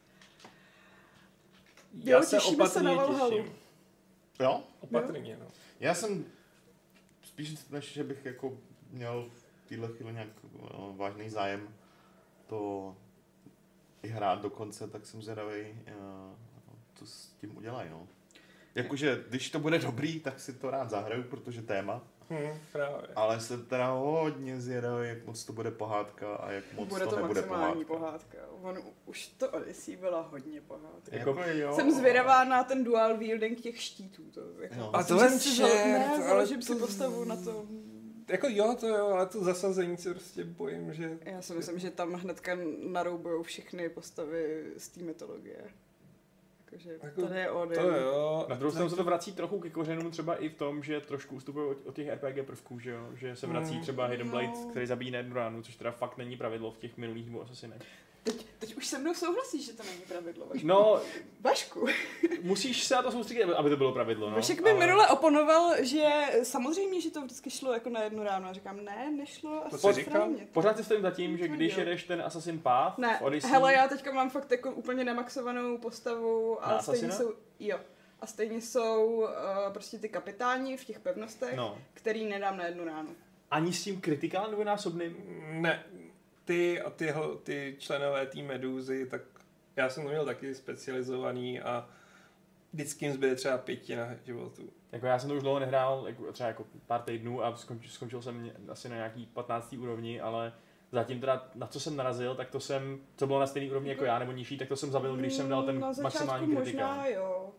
[SPEAKER 3] Já
[SPEAKER 4] Jo,
[SPEAKER 3] se
[SPEAKER 4] těšíme se na
[SPEAKER 3] opatrně
[SPEAKER 4] Valhallu.
[SPEAKER 3] těším.
[SPEAKER 2] Jo?
[SPEAKER 3] Opatrně, no.
[SPEAKER 2] Já jsem spíš, než že bych jako měl v téhle chvíli nějak uh, vážný zájem to i hrát do konce, tak jsem zvědavý, uh, co s tím udělají, no. Jakože, když to bude dobrý, tak si to rád zahraju, protože téma,
[SPEAKER 3] Hm, právě.
[SPEAKER 2] ale jsem teda hodně zvědavý, jak moc to bude pohádka a jak moc
[SPEAKER 4] Bude
[SPEAKER 2] to,
[SPEAKER 4] to
[SPEAKER 2] nebude
[SPEAKER 4] maximální
[SPEAKER 2] pohádka.
[SPEAKER 4] pohádka. On, už to Odyssey byla hodně pohádka.
[SPEAKER 2] Jako, jo.
[SPEAKER 4] Jsem zvědavá na ten dual wielding těch štítů. To, jako,
[SPEAKER 2] No.
[SPEAKER 3] A
[SPEAKER 4] myslím,
[SPEAKER 3] to
[SPEAKER 4] že
[SPEAKER 3] je
[SPEAKER 4] si
[SPEAKER 3] čert,
[SPEAKER 4] zalo- ne,
[SPEAKER 3] ale
[SPEAKER 4] založím
[SPEAKER 3] to-
[SPEAKER 4] si postavu na to.
[SPEAKER 3] jako jo, to jo, ale to zasazení se prostě bojím, že...
[SPEAKER 4] Já si myslím, že tam hnedka naroubujou všechny postavy z té mytologie. Jakože
[SPEAKER 3] Jako,
[SPEAKER 4] tady je Odin.
[SPEAKER 3] To jo.
[SPEAKER 1] Na druhou stranu se to vrací trochu ke kořenům třeba i v tom, že trošku ustupují od, od těch R P G prvků, že jo? Že se vrací
[SPEAKER 3] Mm.
[SPEAKER 1] třeba Hidden Blade,
[SPEAKER 4] No.
[SPEAKER 1] který zabíjí na jednu ránu, což teda fakt není pravidlo v těch minulých dvou Assassinech.
[SPEAKER 4] Teď, teď už se mnou souhlasíš, že to není pravidlo, Vašku.
[SPEAKER 1] No,
[SPEAKER 4] Vašku.
[SPEAKER 1] musíš se na to soustředit, aby to bylo pravidlo, no.
[SPEAKER 4] Vašek mi
[SPEAKER 1] ale-
[SPEAKER 4] minule oponoval, že samozřejmě, že to vždycky šlo jako na jednu ráno. A říkám, ne, nešlo. A
[SPEAKER 3] To jsi
[SPEAKER 4] správně.
[SPEAKER 3] říkal?
[SPEAKER 1] Pořád si stojím za tím, že
[SPEAKER 4] To
[SPEAKER 1] když
[SPEAKER 4] jo.
[SPEAKER 1] jedeš ten Assassin Path
[SPEAKER 4] Ne,
[SPEAKER 1] v Odyssey...
[SPEAKER 4] hele, já teďka mám fakt jako úplně nemaxovanou postavu a
[SPEAKER 1] Na
[SPEAKER 4] stejně
[SPEAKER 1] Assassina?
[SPEAKER 4] jsou, jo, a stejně jsou uh, prostě ty kapitáni v těch pevnostech,
[SPEAKER 1] No.
[SPEAKER 4] který nedám na jednu ránu.
[SPEAKER 1] Ani s tím kritikálem dvojnásobným?
[SPEAKER 3] Ne, ty a ty, ty členové té Medúzy, tak já jsem to měl taky specializovaný a vždycky jim zbyde třeba pětina životů.
[SPEAKER 1] Jako já jsem to už dlouho nehrál, jako, třeba jako pár týdnů a skončil, skončil jsem asi na nějaký patnácté úrovni, ale zatím teda, na co jsem narazil, tak to jsem, co bylo na stejné úrovni jako já, nebo nižší, tak to jsem zabil, když jsem dal ten
[SPEAKER 4] Na začátku
[SPEAKER 1] maximální kritikál.
[SPEAKER 4] možná, jo.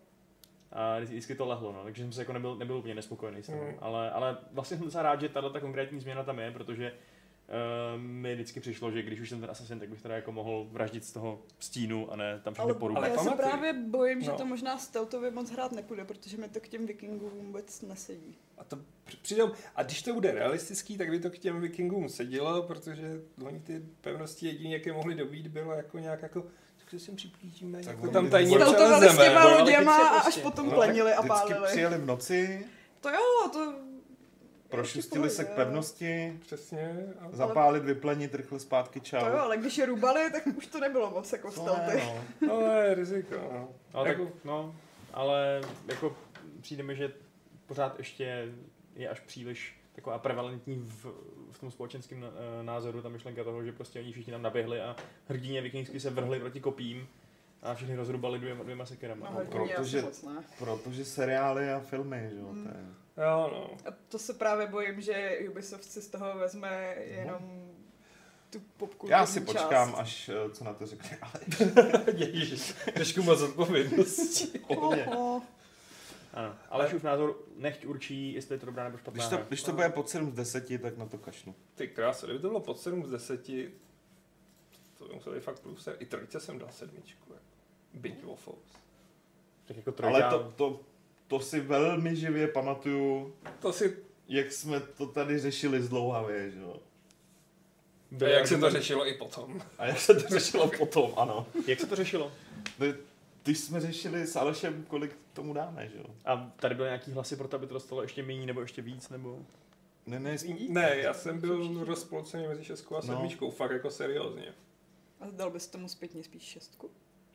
[SPEAKER 1] A vždycky to lehlo, no, takže jsem se jako nebyl, nebyl úplně nespokojený s tím.
[SPEAKER 3] Mm.
[SPEAKER 1] Ale, ale vlastně jsem docela rád, že tato konkrétní změna tam je, protože uh, mi vždycky přišlo, že když už jsem ten Assassin, tak bych teda jako mohl vraždit z toho stínu a ne tam všechny
[SPEAKER 4] Ale,
[SPEAKER 1] poruby.
[SPEAKER 3] ale
[SPEAKER 4] já se
[SPEAKER 3] pamatuj.
[SPEAKER 4] právě bojím, že
[SPEAKER 3] No.
[SPEAKER 4] to možná stealthově moc hrát nepůjde, protože mi to k těm vikingům vůbec nesedí.
[SPEAKER 3] A to při- přitom, a když to bude realistický, tak by to k těm vikingům sedělo, protože oni ty pevnosti jediný, jaké mohli dobít, bylo jako nějak jako, takže sem připlížíme,
[SPEAKER 2] Tak
[SPEAKER 3] jako
[SPEAKER 2] oni
[SPEAKER 3] tam
[SPEAKER 2] by
[SPEAKER 3] tajně
[SPEAKER 2] vůbec-
[SPEAKER 4] Stealthovali s
[SPEAKER 3] přelezeme.
[SPEAKER 4] těma
[SPEAKER 1] bojovali
[SPEAKER 4] loděma
[SPEAKER 1] chytře
[SPEAKER 4] a až
[SPEAKER 1] prostě.
[SPEAKER 4] potom
[SPEAKER 2] No,
[SPEAKER 4] plenili a
[SPEAKER 2] vždycky
[SPEAKER 4] pálili.
[SPEAKER 2] přijeli v noci,
[SPEAKER 4] To jo, to...
[SPEAKER 2] prošustili se k pevnosti,
[SPEAKER 3] Přesně. A...
[SPEAKER 2] zapálit, vyplenit, rychle zpátky, čau.
[SPEAKER 4] To jo, ale když je rubali, tak už to nebylo moc jako
[SPEAKER 2] To
[SPEAKER 4] stealthy.
[SPEAKER 2] ne, no.
[SPEAKER 3] Ale je riziko, no.
[SPEAKER 1] Ale
[SPEAKER 3] Jako-
[SPEAKER 1] tak, no, ale jako přijde mi, že pořád ještě je až příliš taková prevalentní v, v tom společenském eh, názoru ta myšlenka toho, že prostě oni všichni tam naběhli a hrdině vikingsky se vrhli proti kopím a všichni rozrubali dvěma, dvěma sekerama.
[SPEAKER 4] No,
[SPEAKER 1] No,
[SPEAKER 4] hodně
[SPEAKER 2] protože-
[SPEAKER 4] asi moc ne.
[SPEAKER 2] Protože seriály a filmy, že jo, to je...
[SPEAKER 3] Jo, no.
[SPEAKER 4] A to se právě bojím, že Ubisoft si z toho vezme jenom tu popkulturní
[SPEAKER 2] Já si počkám,
[SPEAKER 4] část.
[SPEAKER 2] až eh, co na to řekne, ale
[SPEAKER 3] Ježiš, trošku moc odpovědnosti.
[SPEAKER 2] hodně.
[SPEAKER 4] Oho.
[SPEAKER 1] Ano, ale už názor nechť určí, jestli je to dobrá nebo špatná
[SPEAKER 2] Když to,
[SPEAKER 1] hra.
[SPEAKER 2] když to bude pod sedm z deseti, tak na to kašnu.
[SPEAKER 3] Ty krása, kdyby to bylo pod sedm z deseti, to by musel být fakt plus. I trojce jsem dal sedmičku. Jako. Byť Waffles.
[SPEAKER 1] Tak jako trojka,
[SPEAKER 2] Ale to, to, to si velmi živě pamatuju,
[SPEAKER 3] To si,
[SPEAKER 2] jak jsme to tady řešili zdlouhavě, že jo.
[SPEAKER 3] a jak se to řešilo i potom.
[SPEAKER 2] A jak se to řešilo potom, ano.
[SPEAKER 1] Jak se to řešilo?
[SPEAKER 2] Ty- Když jsme řešili s Alešem, kolik tomu dáme, že jo.
[SPEAKER 1] A tady byly nějaký hlasy pro to, aby to dostalo ještě méně nebo ještě víc, nebo...
[SPEAKER 2] Ne, ne,
[SPEAKER 3] Ne, já jsem byl rozpolcený mezi šestkou a
[SPEAKER 2] No.
[SPEAKER 3] sedmičkou, fakt jako seriózně.
[SPEAKER 4] A dal bys tomu zpětně spíš šestku?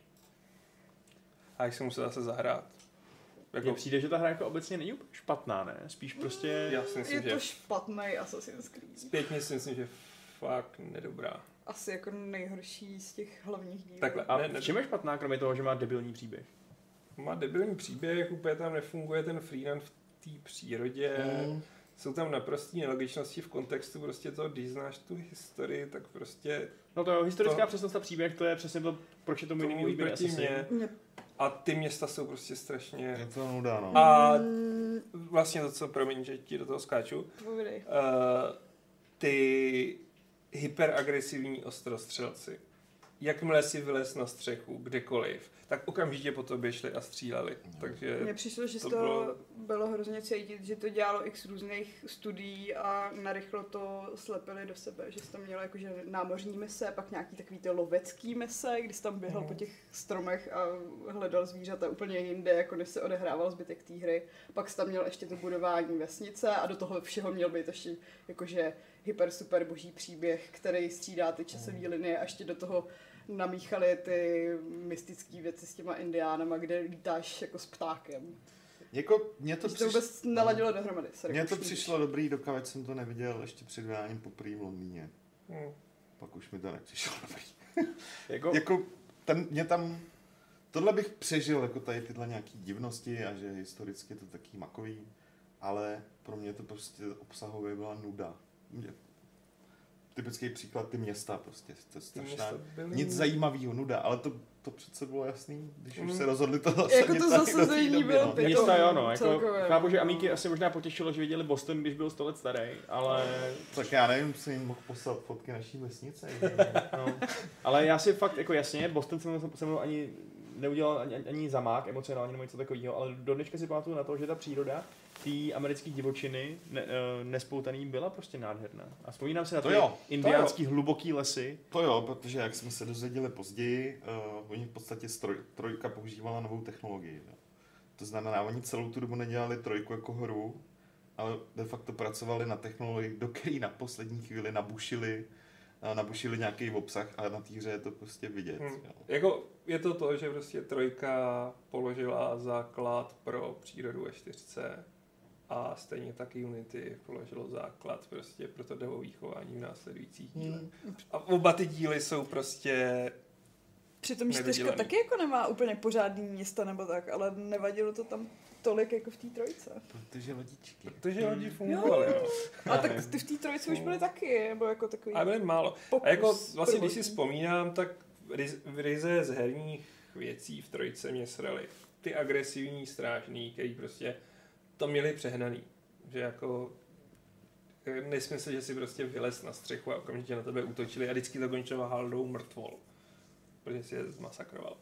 [SPEAKER 3] A jak jsem musel zase zahrát.
[SPEAKER 1] Mně
[SPEAKER 3] Jako,
[SPEAKER 1] přijde, že ta hra jako obecně není úplně špatná, ne? Spíš prostě...
[SPEAKER 3] já si myslím,
[SPEAKER 4] Je to
[SPEAKER 3] že
[SPEAKER 4] špatný Assassin's Creed.
[SPEAKER 3] zpětně si myslím, že fakt nedobrá.
[SPEAKER 4] Asi jako nejhorší z těch hlavních dílů.
[SPEAKER 3] Takhle,
[SPEAKER 1] A
[SPEAKER 3] ne, ne,
[SPEAKER 1] v čem je špatná, kromě toho, že má debilní příběh?
[SPEAKER 3] má debilní příběh, úplně tam nefunguje ten freerun v té přírodě.
[SPEAKER 2] Mm.
[SPEAKER 3] Jsou tam naprostý nelogičnosti v kontextu prostě toho, když znáš tu historii, tak prostě
[SPEAKER 1] No to jo, historická
[SPEAKER 3] To-
[SPEAKER 1] přesnost a příběh, to je přesně to, proč je to
[SPEAKER 3] to
[SPEAKER 1] mi
[SPEAKER 3] mluví
[SPEAKER 1] líbí
[SPEAKER 3] proti mně.
[SPEAKER 4] Mě...
[SPEAKER 3] A ty města jsou prostě strašně...
[SPEAKER 2] Je to nuda, no.
[SPEAKER 3] A
[SPEAKER 4] Mm,
[SPEAKER 3] vlastně to, co, promiň, že ti do toho skáču,
[SPEAKER 4] povídej.
[SPEAKER 3] uh, ty hyperagresivní ostrostřelci, jakmile si vylez na střechu, kdekoliv, tak okamžitě po tobě šli a stříleli. Takže
[SPEAKER 4] Mně přišlo, že z
[SPEAKER 3] to
[SPEAKER 4] toho bylo...
[SPEAKER 3] bylo-
[SPEAKER 4] bylo hrozně cítit, že to dělalo x různých studií a narychlo to slepili do sebe, že jsi tam měl jakože námořní mise, pak nějaký takový ty lovecký mise, kdy jsi tam běhal
[SPEAKER 3] Mhm.
[SPEAKER 4] po těch stromech a hledal zvířata úplně jinde, jako než se odehrával zbytek té hry. Pak jsi tam měl ještě to budování vesnice a do toho všeho měl být ještě jakože hyper super boží příběh, který střídá ty časové linie a ještě do toho namíchali ty mystické věci s těma indiánama, kde lítáš jako s ptákem.
[SPEAKER 2] Jako, mně to,
[SPEAKER 4] To, to
[SPEAKER 2] přišlo,
[SPEAKER 4] vůbec naladilo dohromady. Sorry,
[SPEAKER 2] mně to
[SPEAKER 4] už
[SPEAKER 2] přišlo dobrý, dokud jsem to neviděl ještě před vydáním poprvé v Londýně.
[SPEAKER 3] hm,
[SPEAKER 2] Pak už mi to nepřišlo dobrý.
[SPEAKER 1] Jako,
[SPEAKER 2] Jako, ten, mě tam, tohle bych přežil, jako tady tyhle nějaký divnosti a že historicky to taky makový, ale pro mě to prostě obsahově byla nuda. Mě, typický příklad, ty města prostě, to je strašná,
[SPEAKER 3] byly...
[SPEAKER 2] nic zajímavého, nuda, ale to, to přece bylo jasný, když už
[SPEAKER 3] Mm.
[SPEAKER 2] se rozhodli to zasadit.
[SPEAKER 4] Jako to zasazení bylo pěkný.
[SPEAKER 1] Města jo, no, jako
[SPEAKER 4] Celkově,
[SPEAKER 1] chápu,
[SPEAKER 4] no.
[SPEAKER 1] že Amíky asi možná potěšilo, že viděli Boston, když byl sto let starý, ale...
[SPEAKER 2] Tak já nevím, co jim mohl poslat fotky naší vesnice.
[SPEAKER 1] No. Ale já si fakt, jako jasně, Boston se mnou, se mnou ani neudělal ani, ani zamák emocionálně nebo něco takového, ale do dneška si pamatuju na to, že ta příroda té americké divočiny ne, uh, nespoutaný byla prostě nádherná. A vzpomínám si na
[SPEAKER 2] To
[SPEAKER 1] ty
[SPEAKER 2] jo,
[SPEAKER 1] indiánský hluboký lesy.
[SPEAKER 2] To jo, protože jak jsme se dozvěděli později, uh, oni v podstatě stroj, trojka používala novou technologii. No. To znamená, oni celou tu dobu nedělali trojku jako hru, ale de facto pracovali na technologii, do který na poslední chvíli nabušili, uh, nabušili nějaký obsah a na té hře je to prostě vidět.
[SPEAKER 3] Hmm.
[SPEAKER 2] Jo.
[SPEAKER 3] Jako je to to, že prostě trojka položila základ pro přírodu ve čtyřce a stejně tak Unity položilo základ prostě pro to davové chování v následujících dílech.
[SPEAKER 2] Hmm.
[SPEAKER 3] A oba ty díly jsou prostě...
[SPEAKER 4] Přitom čtyřka
[SPEAKER 3] nevydělaný.
[SPEAKER 4] taky jako nemá úplně pořádný města nebo tak, ale nevadilo to tam tolik jako v té trojce.
[SPEAKER 2] Protože lodičky.
[SPEAKER 3] Protože lidi fungovaly, no.
[SPEAKER 4] A tak ty v té trojce už byly taky, nebo jako takový
[SPEAKER 3] A byly málo.
[SPEAKER 4] pokus
[SPEAKER 3] A jako vlastně, když si
[SPEAKER 4] prvotní.
[SPEAKER 3] vzpomínám, tak v ryze z herních věcí v trojce mě srali. Ty agresivní strážný, který prostě to měli přehnaný. Že jako nesmysl, že si prostě vylez na střechu a okamžitě na tebe útočili a vždycky to končilo haldou mrtvol. Protože si je zmasakroval.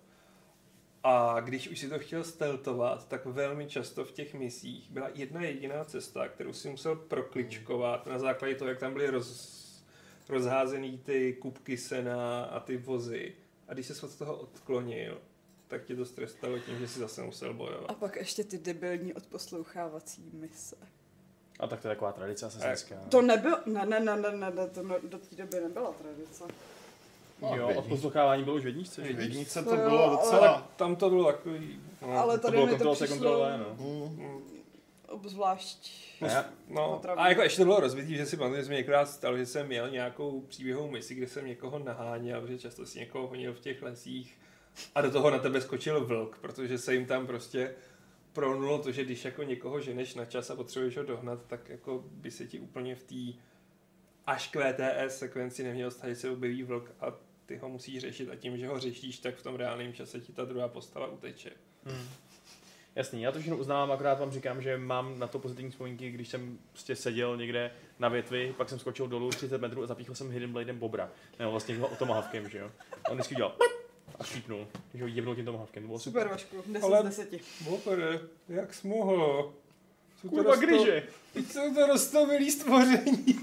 [SPEAKER 3] A když už si to chtěl steltovat, tak velmi často v těch misích byla jedna jediná cesta, kterou si musel prokličkovat na základě toho, jak tam byly roz, rozházený ty kubky sena a ty vozy. A když se od toho odklonil, tak tě to strestalo tím, že si zase musel bojovat.
[SPEAKER 4] A pak ještě ty debilní odposlouchávací mise.
[SPEAKER 1] A tak to je taková tradice asasínská.
[SPEAKER 4] To nebylo, ne, ne, ne, ne, ne, to ne, do té doby nebyla tradice.
[SPEAKER 1] Jo, odposlouchávání bylo už v jedničce, že?
[SPEAKER 2] V jedničce
[SPEAKER 4] To
[SPEAKER 2] to
[SPEAKER 4] jo,
[SPEAKER 2] bylo
[SPEAKER 4] ale-
[SPEAKER 2] docela...
[SPEAKER 3] Tak tam to bylo takový... No,
[SPEAKER 4] Ale
[SPEAKER 1] To
[SPEAKER 4] tady
[SPEAKER 1] bylo
[SPEAKER 4] mi to
[SPEAKER 1] kontrola, se
[SPEAKER 4] přišlo
[SPEAKER 1] kontrola, no.
[SPEAKER 2] Mm.
[SPEAKER 3] mm,
[SPEAKER 4] obzvlášť.
[SPEAKER 1] A já-
[SPEAKER 3] No,
[SPEAKER 4] Otravný.
[SPEAKER 3] a jako ještě to bylo rozvitý, že si pamatuju, že mi několikrát stalo, že jsem měl nějakou příběhovou misi, kde jsem někoho naháněl, protože často si někoho honil v těch lesích a do toho na tebe skočil vlk, protože se jim tam prostě pronulo to, že když jako někoho ženeš na čas a potřebuješ ho dohnat, tak jako by se ti úplně v té až k V T S sekvenci neměl stát, že se objeví vlk a ty ho musíš řešit a tím, že ho řešíš, tak v tom reálném čase ti ta druhá postava uteče.
[SPEAKER 1] Hmm. Jasný, já to všechno uznávám, akorát vám říkám, že mám na to pozitivní vzpomínky, když jsem prostě seděl někde na větvi, pak jsem skočil dolů třicet metrů a zapíchl jsem Hidden Bladem bobra. Nebo vlastně tomahawkem, že jo. A on vždycky dělal a šípnul, že ho jebnul tím tomahawkem. To bylo super.
[SPEAKER 4] Super, Vašku, deset
[SPEAKER 3] Ale-
[SPEAKER 4] z deseti.
[SPEAKER 3] Bopere, jak jsi mohl? Jsou to
[SPEAKER 1] Kurva
[SPEAKER 3] rostou-
[SPEAKER 1] gryže!
[SPEAKER 3] Jsou to rostomilý stvoření.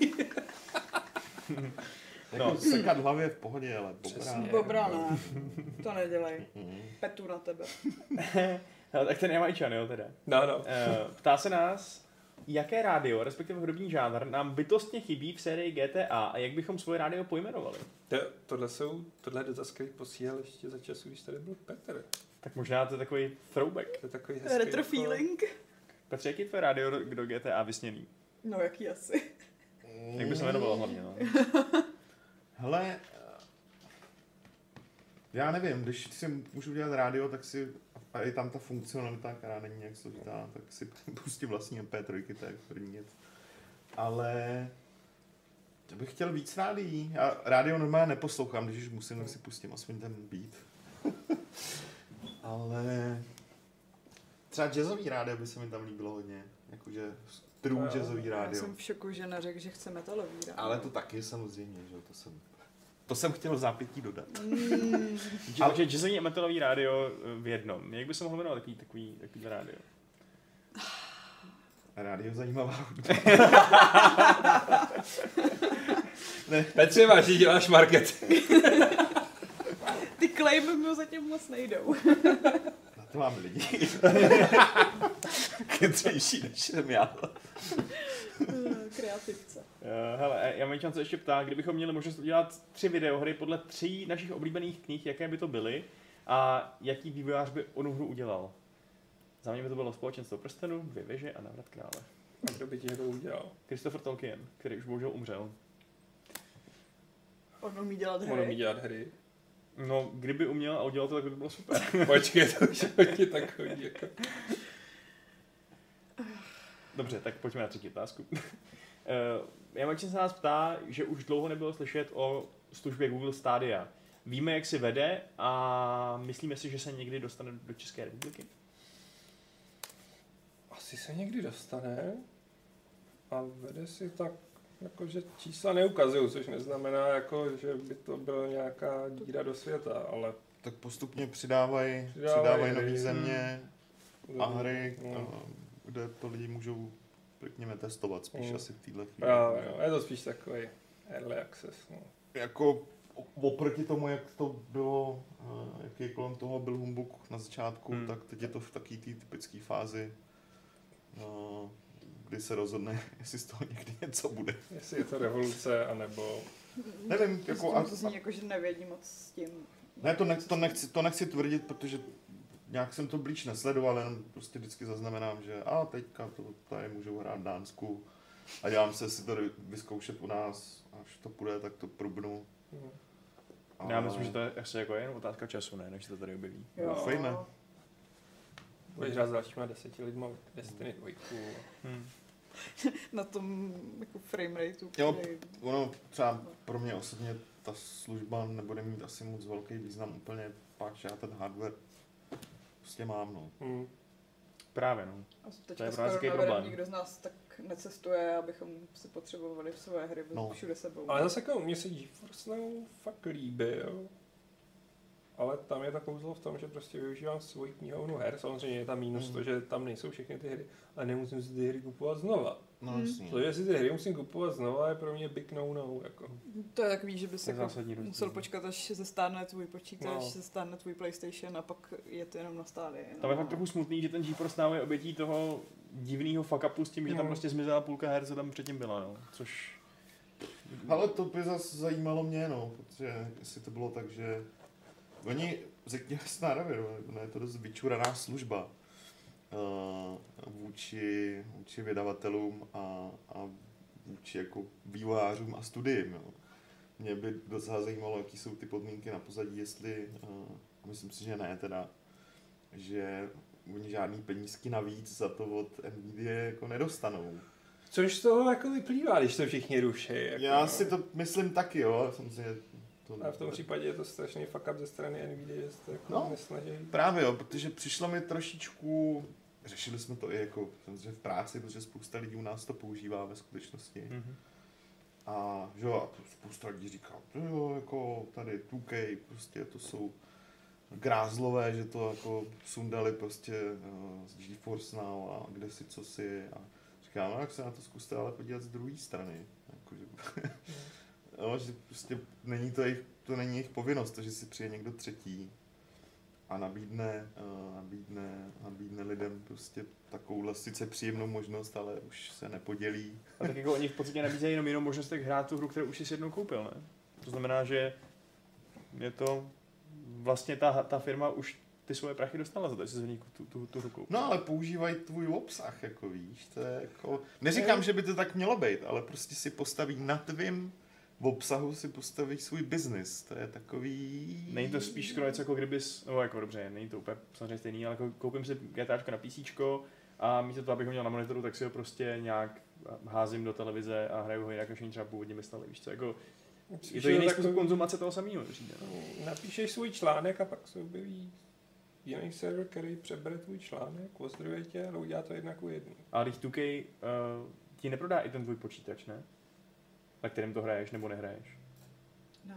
[SPEAKER 2] Jako
[SPEAKER 1] No.
[SPEAKER 2] sekat hlavě v pohodě, ale
[SPEAKER 3] Přesně.
[SPEAKER 2] bobra.
[SPEAKER 4] Bobra ne, to nedělej.
[SPEAKER 2] Mm.
[SPEAKER 4] Petu na tebe.
[SPEAKER 1] No, tak ten Jamajčan, jo, teda.
[SPEAKER 3] No, no.
[SPEAKER 1] Eh, Ptá se nás, jaké rádio, respektive hudební žánr, nám bytostně chybí v sérii G T A a jak bychom svoje rádio pojmenovali?
[SPEAKER 3] To, tohle jsou, tohle je dotaz, který posílal ještě za času, když tady byl Petr.
[SPEAKER 1] Tak možná to je takový throwback.
[SPEAKER 3] To je takový hezký.
[SPEAKER 4] Retro
[SPEAKER 3] jako-
[SPEAKER 4] feeling.
[SPEAKER 1] Petře, jaký je tvoje rádio do, do G T A vysněný?
[SPEAKER 4] No jaký asi.
[SPEAKER 1] Jak by se jmenovalo hlavně, no?
[SPEAKER 2] Hele, já nevím, když si můžu dělat rádio, tak si, a je tam ta funkcionalita, která není nějak složitá, tak si pustím vlastní M P tři, to je první věc. Ale to bych chtěl víc rádií. Já rádio normálně neposlouchám, když už musím, tak si pustím aspoň ten beat. Ale třeba jazzový rádio by se mi tam líbilo hodně, jakože true
[SPEAKER 3] Jo,
[SPEAKER 2] jazzový
[SPEAKER 4] Já
[SPEAKER 2] rádio.
[SPEAKER 4] jsem v šoku, že neřekl, že chce metalový rádio.
[SPEAKER 2] Ale to taky samozřejmě, že jo, to jsem, to jsem chtěl v zápětí dodat.
[SPEAKER 4] Mm,
[SPEAKER 1] Ale že jazzový a metalový rádio v jednom. Jak by se mohlo jmenovat takový, takový, takový rádio?
[SPEAKER 2] Rádio zajímavá hudba.
[SPEAKER 3] Petře, vážně děláš marketing.
[SPEAKER 4] ty claimy mi zatím moc nejdou.
[SPEAKER 2] Na to mám lidi. Chytřejší než jsem já.
[SPEAKER 4] Kreativce.
[SPEAKER 1] Uh, hele, já Jamajčan se ještě ptá, kdybychom měli možnost udělat tři videohry podle tří našich oblíbených knih, jaké by to byly a jaký vývojář by onu hru udělal? Za mě by to bylo Společenstvo prstenů, Dvě věže a Návrat krále.
[SPEAKER 3] A kdo by ti to udělal?
[SPEAKER 1] Christopher Tolkien, který už bohužel umřel.
[SPEAKER 4] On umí dělat
[SPEAKER 3] On umí
[SPEAKER 4] hry.
[SPEAKER 3] dělat hry.
[SPEAKER 1] No, kdyby uměl a udělal to, tak by to bylo super.
[SPEAKER 3] Počkej, to už hodně tak chodí. Jako.
[SPEAKER 1] Dobře, tak pojďme na třetí otázku. Jamačin se nás ptá, že už dlouho nebylo slyšet o službě Google Stadia. Víme, jak si vede a myslíme si, že se někdy dostane do České republiky?
[SPEAKER 3] Asi se někdy dostane a vede si tak, jakože čísla neukazují, což neznamená, jako, že by to byla nějaká díra do světa, ale...
[SPEAKER 2] Tak postupně přidávají
[SPEAKER 3] Přidávají
[SPEAKER 2] přidávaj
[SPEAKER 3] hry.
[SPEAKER 2] nové země
[SPEAKER 3] Hmm.
[SPEAKER 2] a hry,
[SPEAKER 3] Hmm.
[SPEAKER 2] a, kde to lidi můžou, řekněme, testovat spíš
[SPEAKER 3] Hmm.
[SPEAKER 2] asi v téhle chvíli.
[SPEAKER 3] Právě, no, je to spíš takový early access. No.
[SPEAKER 2] Jako oproti tomu, jak to bylo, eh, jaký kolem toho byl humbuk na začátku,
[SPEAKER 1] Hmm.
[SPEAKER 2] tak teď je to v takové té typické fázi, eh, kdy se rozhodne, jestli z toho někdy něco bude.
[SPEAKER 3] Jestli je to revoluce, anebo...
[SPEAKER 2] Nevím,
[SPEAKER 4] Jako
[SPEAKER 2] jako... A,
[SPEAKER 4] to zní jako, že nevědí moc s tím.
[SPEAKER 2] ne, to, nech, to, nechci, to nechci tvrdit, protože nějak jsem to blíž nesledoval, jenom prostě vždycky zaznamenám, že a teďka to tady můžou hrát v Dánsku a dělám se si to vyzkoušet u nás, až to půjde, tak to prubnu.
[SPEAKER 3] Hmm.
[SPEAKER 2] A
[SPEAKER 1] Já myslím, že to je asi jako jen otázka času, ne, než se to tady objeví.
[SPEAKER 4] Jo.
[SPEAKER 2] Doufejme.
[SPEAKER 3] Budeš hrát s dalšíma deseti lidma Destiny dvojku.
[SPEAKER 1] Hmm.
[SPEAKER 4] Na tom jako frame rateu,
[SPEAKER 2] Jo,
[SPEAKER 4] který...
[SPEAKER 2] ono třeba pro mě osobně ta služba nebude mít asi moc velký význam úplně, páč já ten hardware prostě mám, no.
[SPEAKER 3] Hmm.
[SPEAKER 1] Právě, no.
[SPEAKER 4] A
[SPEAKER 1] To je
[SPEAKER 4] teďka
[SPEAKER 1] pro nás
[SPEAKER 4] skoro
[SPEAKER 1] takový
[SPEAKER 4] navedem
[SPEAKER 1] problém.
[SPEAKER 4] nikdo z nás tak necestuje, abychom si potřebovali své hry
[SPEAKER 2] No.
[SPEAKER 4] všude sebou.
[SPEAKER 3] Ale zase jako, mně se GeForce Now fakt líbil. Ale tam je ta kouzlo v tom, že prostě využívám svoji knihovnu her. Samozřejmě je tam mínus
[SPEAKER 2] Mm.
[SPEAKER 3] to, že tam nejsou všechny ty hry, ale nemusím si ty hry kupovat znova.
[SPEAKER 2] No
[SPEAKER 4] Hmm.
[SPEAKER 2] jasně.
[SPEAKER 3] To, že si ty hry musím kupovat znova, je pro mě big no-no. Jako.
[SPEAKER 4] To je takový, že bys
[SPEAKER 1] To je
[SPEAKER 4] jako
[SPEAKER 1] zásadní rozdíl.
[SPEAKER 4] musel počkat, až se stárne tvůj počítač,
[SPEAKER 3] No.
[SPEAKER 4] až se stárne tvůj PlayStation a pak je to jenom na stádii.
[SPEAKER 1] Tam je fakt trochu smutný, že ten GeForce Now je obětí toho divného fuck upu s tím, že tam
[SPEAKER 3] No.
[SPEAKER 1] prostě zmizela půlka her, co tam předtím byla, no. Což...
[SPEAKER 2] Ale to by zase zajímalo mě, no, protože jestli to bylo tak, že oni, řekněme si na rovinu, no, je to dost vyčuraná služba uh, vůči, vůči vydavatelům a, a vůči jako vývojářům a studiím. Jo. Mě by docela zajímalo, jaký jsou ty podmínky na pozadí, jestli, uh, myslím si, že ne teda, že oni žádný penízky navíc za to od Nvidia jako nedostanou.
[SPEAKER 3] Což z toho jako vyplývá, když to všichni ruší. Jako,
[SPEAKER 2] Já
[SPEAKER 3] no.
[SPEAKER 2] si to myslím taky, jo, samozřejmě. To,
[SPEAKER 3] A v tom případě je to strašný fuck up ze strany Nvidia, že se to jako
[SPEAKER 2] No.
[SPEAKER 3] nesnaží.
[SPEAKER 2] Právě jo, protože přišlo mi trošičku, řešili jsme to i jako samozřejmě v práci, protože spousta lidí u nás to používá ve skutečnosti.
[SPEAKER 1] Mhm.
[SPEAKER 2] A že jo, a to spousta lidí říká, jo, jako tady two K, prostě to jsou grázlové, že to jako sundali prostě uh, z GeForce Now a kde si co si a říkám, no jak se na to zkuste ale podívat z druhé strany. Jako, že, no, že prostě není to jejich, to není jejich povinnost, to, že si přijde někdo třetí a nabídne, uh, nabídne, nabídne lidem prostě takovouhle sice příjemnou možnost, ale už se nepodělí.
[SPEAKER 1] A tak jako oni v podstatě nabízejí jenom jinou možnost, jak hrát tu hru, kterou už jsi si jednou koupil, ne? To znamená, že je to vlastně ta, ta firma už ty svoje prachy dostala za to, že jsi z ní tu, tu, tu hru koupil.
[SPEAKER 2] No ale používají tvůj obsah, jako víš, to je jako, neříkám, že by to tak mělo být, ale prostě si postaví na tvým v obsahu si postaví svůj biznis, to je takový...
[SPEAKER 1] Není to spíš skoro něco jako kdybys, no jako dobře, není to úplně samozřejmě stejný, ale jako koupím si GTAčko na PCčko a místo toho, abych ho měl na monitoru, tak si ho prostě nějak házím do televize a hraju ho jinak, než oni třeba původně mysleli, víš co, jako je to jiný
[SPEAKER 3] tak
[SPEAKER 1] způsob konzumace toho samého, přijde, no.
[SPEAKER 3] Napíšeš svůj článek a pak se objeví jiný server, který přebere tvůj článek, ozdrojuje tě, ale udělá to jednak u jedný.
[SPEAKER 1] Ale když two K uh, ti neprodá i ten tvůj počítač, ne? Na kterém to hraješ nebo nehraješ.
[SPEAKER 4] Ne.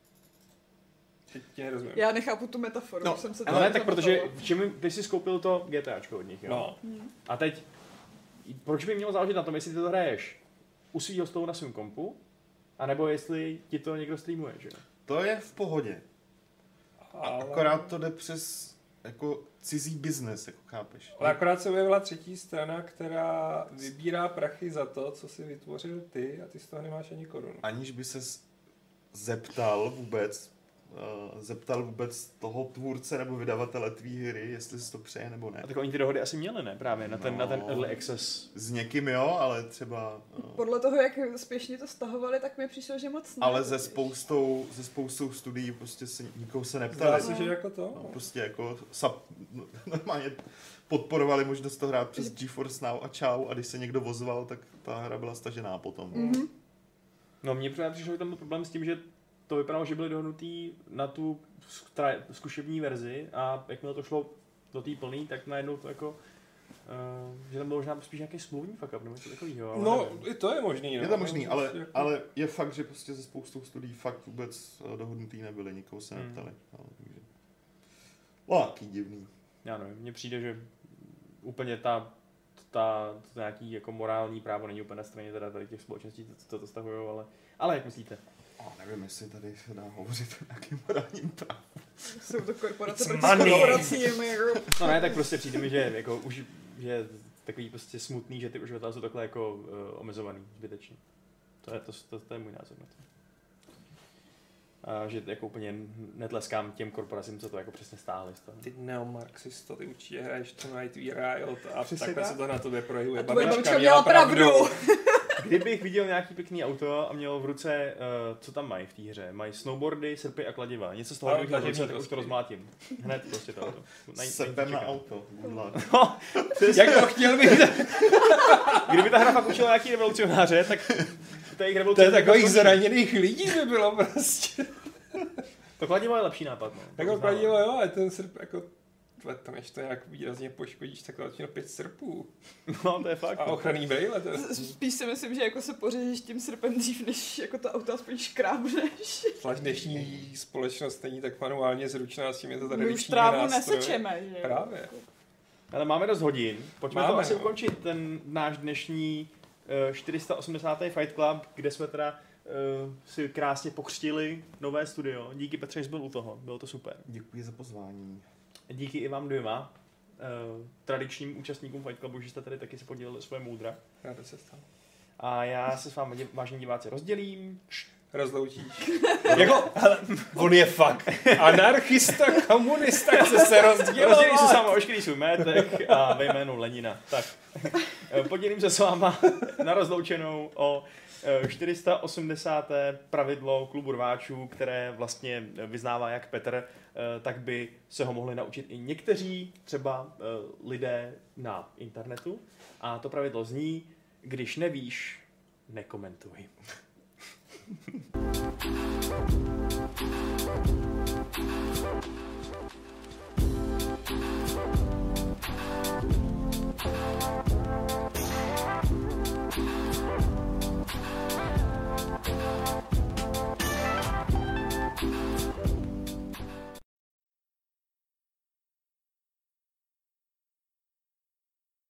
[SPEAKER 3] Teď tě nerozumím.
[SPEAKER 4] Já nechápu tu metaforu,
[SPEAKER 2] No,
[SPEAKER 4] už jsem se
[SPEAKER 1] Ale ne,
[SPEAKER 4] toho
[SPEAKER 1] tak protože
[SPEAKER 4] zapotala.
[SPEAKER 1] v čem, ty jsi skoupil to GTAčko od nich, jo?
[SPEAKER 3] No,
[SPEAKER 4] Hm.
[SPEAKER 1] A teď, proč by mělo záležet na tom, jestli ty to hraješ u svýho stolu na svém kompu, anebo jestli ti to někdo streamuje, že jo?
[SPEAKER 2] To je v pohodě,
[SPEAKER 3] ale...
[SPEAKER 2] akorát to jde přes jako cizí biznes, jako chápeš.
[SPEAKER 3] Ale akorát se objevila třetí strana, která vybírá prachy za to, co si vytvořil ty a ty z toho nemáš ani korunu.
[SPEAKER 2] Aniž by ses zeptal vůbec, uh, zeptal vůbec toho tvůrce nebo vydavatele tvý hry, jestli si to přeje nebo ne.
[SPEAKER 1] A tak oni ty dohody asi měli, ne? Právě na ten,
[SPEAKER 2] No.
[SPEAKER 1] na ten early access.
[SPEAKER 2] S někým jo, ale třeba... Uh,
[SPEAKER 4] Podle toho, jak spěšně to stahovali, tak mi přišlo, že moc ne.
[SPEAKER 2] ale ze
[SPEAKER 4] totiž.
[SPEAKER 2] spoustou, ze spoustou studií prostě se, nikoho se
[SPEAKER 3] Zdá
[SPEAKER 2] neptali.
[SPEAKER 3] se, že jako to?
[SPEAKER 2] No, prostě jako sap, normálně podporovali možnost to hrát přes GeForce Now a čau, a když se někdo vozval, tak ta hra byla stažená potom.
[SPEAKER 4] Mm-hmm.
[SPEAKER 1] No mně právě přišel tam problém s tím, že to vypadalo, že byli dohodnutý na tu stra- zkušební verzi a jakmile to šlo do té plný, tak najednou to jako, uh, že tam bylo možná spíš nějaký smluvní fuck up, nebo něco takového.
[SPEAKER 3] No, i to je možný. No.
[SPEAKER 2] Je to možný, ale,
[SPEAKER 3] jako...
[SPEAKER 2] ale je fakt, že prostě ze spoustou studií fakt vůbec dohodnutý nebyly, nikoho se
[SPEAKER 1] Hmm.
[SPEAKER 2] neptali. No, takže... Láký divný.
[SPEAKER 1] Já nevím, mně přijde, že úplně ta, ta, to nějaký jako morální právo není úplně na straně teda tady těch společností, co to, to stahují, ale, ale jak myslíte?
[SPEAKER 2] Oh, nevím, jestli tady se dá hovořit o nějakým morálním právu.
[SPEAKER 4] Jsou to korporace
[SPEAKER 3] It's
[SPEAKER 4] proti
[SPEAKER 3] money.
[SPEAKER 4] korporacím. Jako.
[SPEAKER 1] No ne, tak prostě přijde mi, že jako už že je takový prostě smutný, že ty uživatelé jsou takhle jako uh, omezovaný zbytečně. To je, to, to, to je můj názor na to. A že jako úplně netleskám těm korporacím, co to jako přesně stáhli z toho.
[SPEAKER 3] Ty neomarxisto, ty určitě hraješ Tonight We Riot a
[SPEAKER 1] Přesně
[SPEAKER 3] takhle
[SPEAKER 1] tak.
[SPEAKER 3] se to na tobě projevuje.
[SPEAKER 4] A tvoje
[SPEAKER 3] Babička
[SPEAKER 4] babička měla pravdu.
[SPEAKER 1] Kdybych viděl nějaký pěkný auto a měl v ruce, uh, co tam mají v té hře, mají snowboardy, srpy a kladiva. Něco z toho,
[SPEAKER 3] A
[SPEAKER 1] kdybych měl v ruce,
[SPEAKER 3] kladivní
[SPEAKER 1] tak už to
[SPEAKER 3] kostky.
[SPEAKER 1] rozmlátím. Hned prostě to auto. Naj-
[SPEAKER 2] Sepem
[SPEAKER 1] nejvíc
[SPEAKER 2] na
[SPEAKER 1] čekám.
[SPEAKER 2] auto. Gudlák.
[SPEAKER 1] No, přesně.
[SPEAKER 3] Jak to chtěl bych?
[SPEAKER 1] Kdyby ta hra fakt učila nějaký revolucionáře, tak to je,
[SPEAKER 3] To je takových zraněných lidí by bylo prostě.
[SPEAKER 1] To kladivo je lepší nápad. No.
[SPEAKER 3] Jako kladivo, jo, ale ten srp jako... Tve, to než to nějak výrazně poškodíš, tak to pět srpů.
[SPEAKER 1] No, to je fakt.
[SPEAKER 3] A ochranný brejle. To je...
[SPEAKER 4] Spíš si myslím, že jako se pořežíš tím srpem dřív, než jako to auto aspoň škrábneš.
[SPEAKER 3] Zvlášť dnešní společnost není tak manuálně zručná, s tím je to tady
[SPEAKER 4] My už trávu nesečeme, že?
[SPEAKER 3] Právě.
[SPEAKER 1] Ale máme dost hodin. Pojďme
[SPEAKER 3] Máme,
[SPEAKER 1] to asi
[SPEAKER 3] no.
[SPEAKER 1] ukončit, ten náš dnešní uh, čtyři sta osmdesátý Fight Club, kde jsme teda uh, si krásně pokřtili nové studio. Díky Petře, že jsi byl u toho, bylo to super.
[SPEAKER 2] Děkuji za pozvání.
[SPEAKER 1] Díky i vám dvěma, uh, tradičním účastníkům Fight Clubu, že jste tady taky se podělili svoje moudra.
[SPEAKER 3] Ráda se stalo.
[SPEAKER 1] A já se s vámi, dě- vážení diváci, rozdělím.
[SPEAKER 3] Rozloučíš.
[SPEAKER 1] Jako,
[SPEAKER 3] Ale on je fakt anarchista, komunista, chce se rozdělovat.
[SPEAKER 1] rozdělím se s váma ošklý svůj métek a ve jménu Lenina. Tak, eh, podělím se s váma na rozloučenou o eh, čtyři sta osmdesáté pravidlo klubu rváčů, které vlastně vyznává jak Petr, eh, tak by se ho mohli naučit i někteří třeba eh, lidé na internetu. A to pravidlo zní, když nevíš, nekomentuj.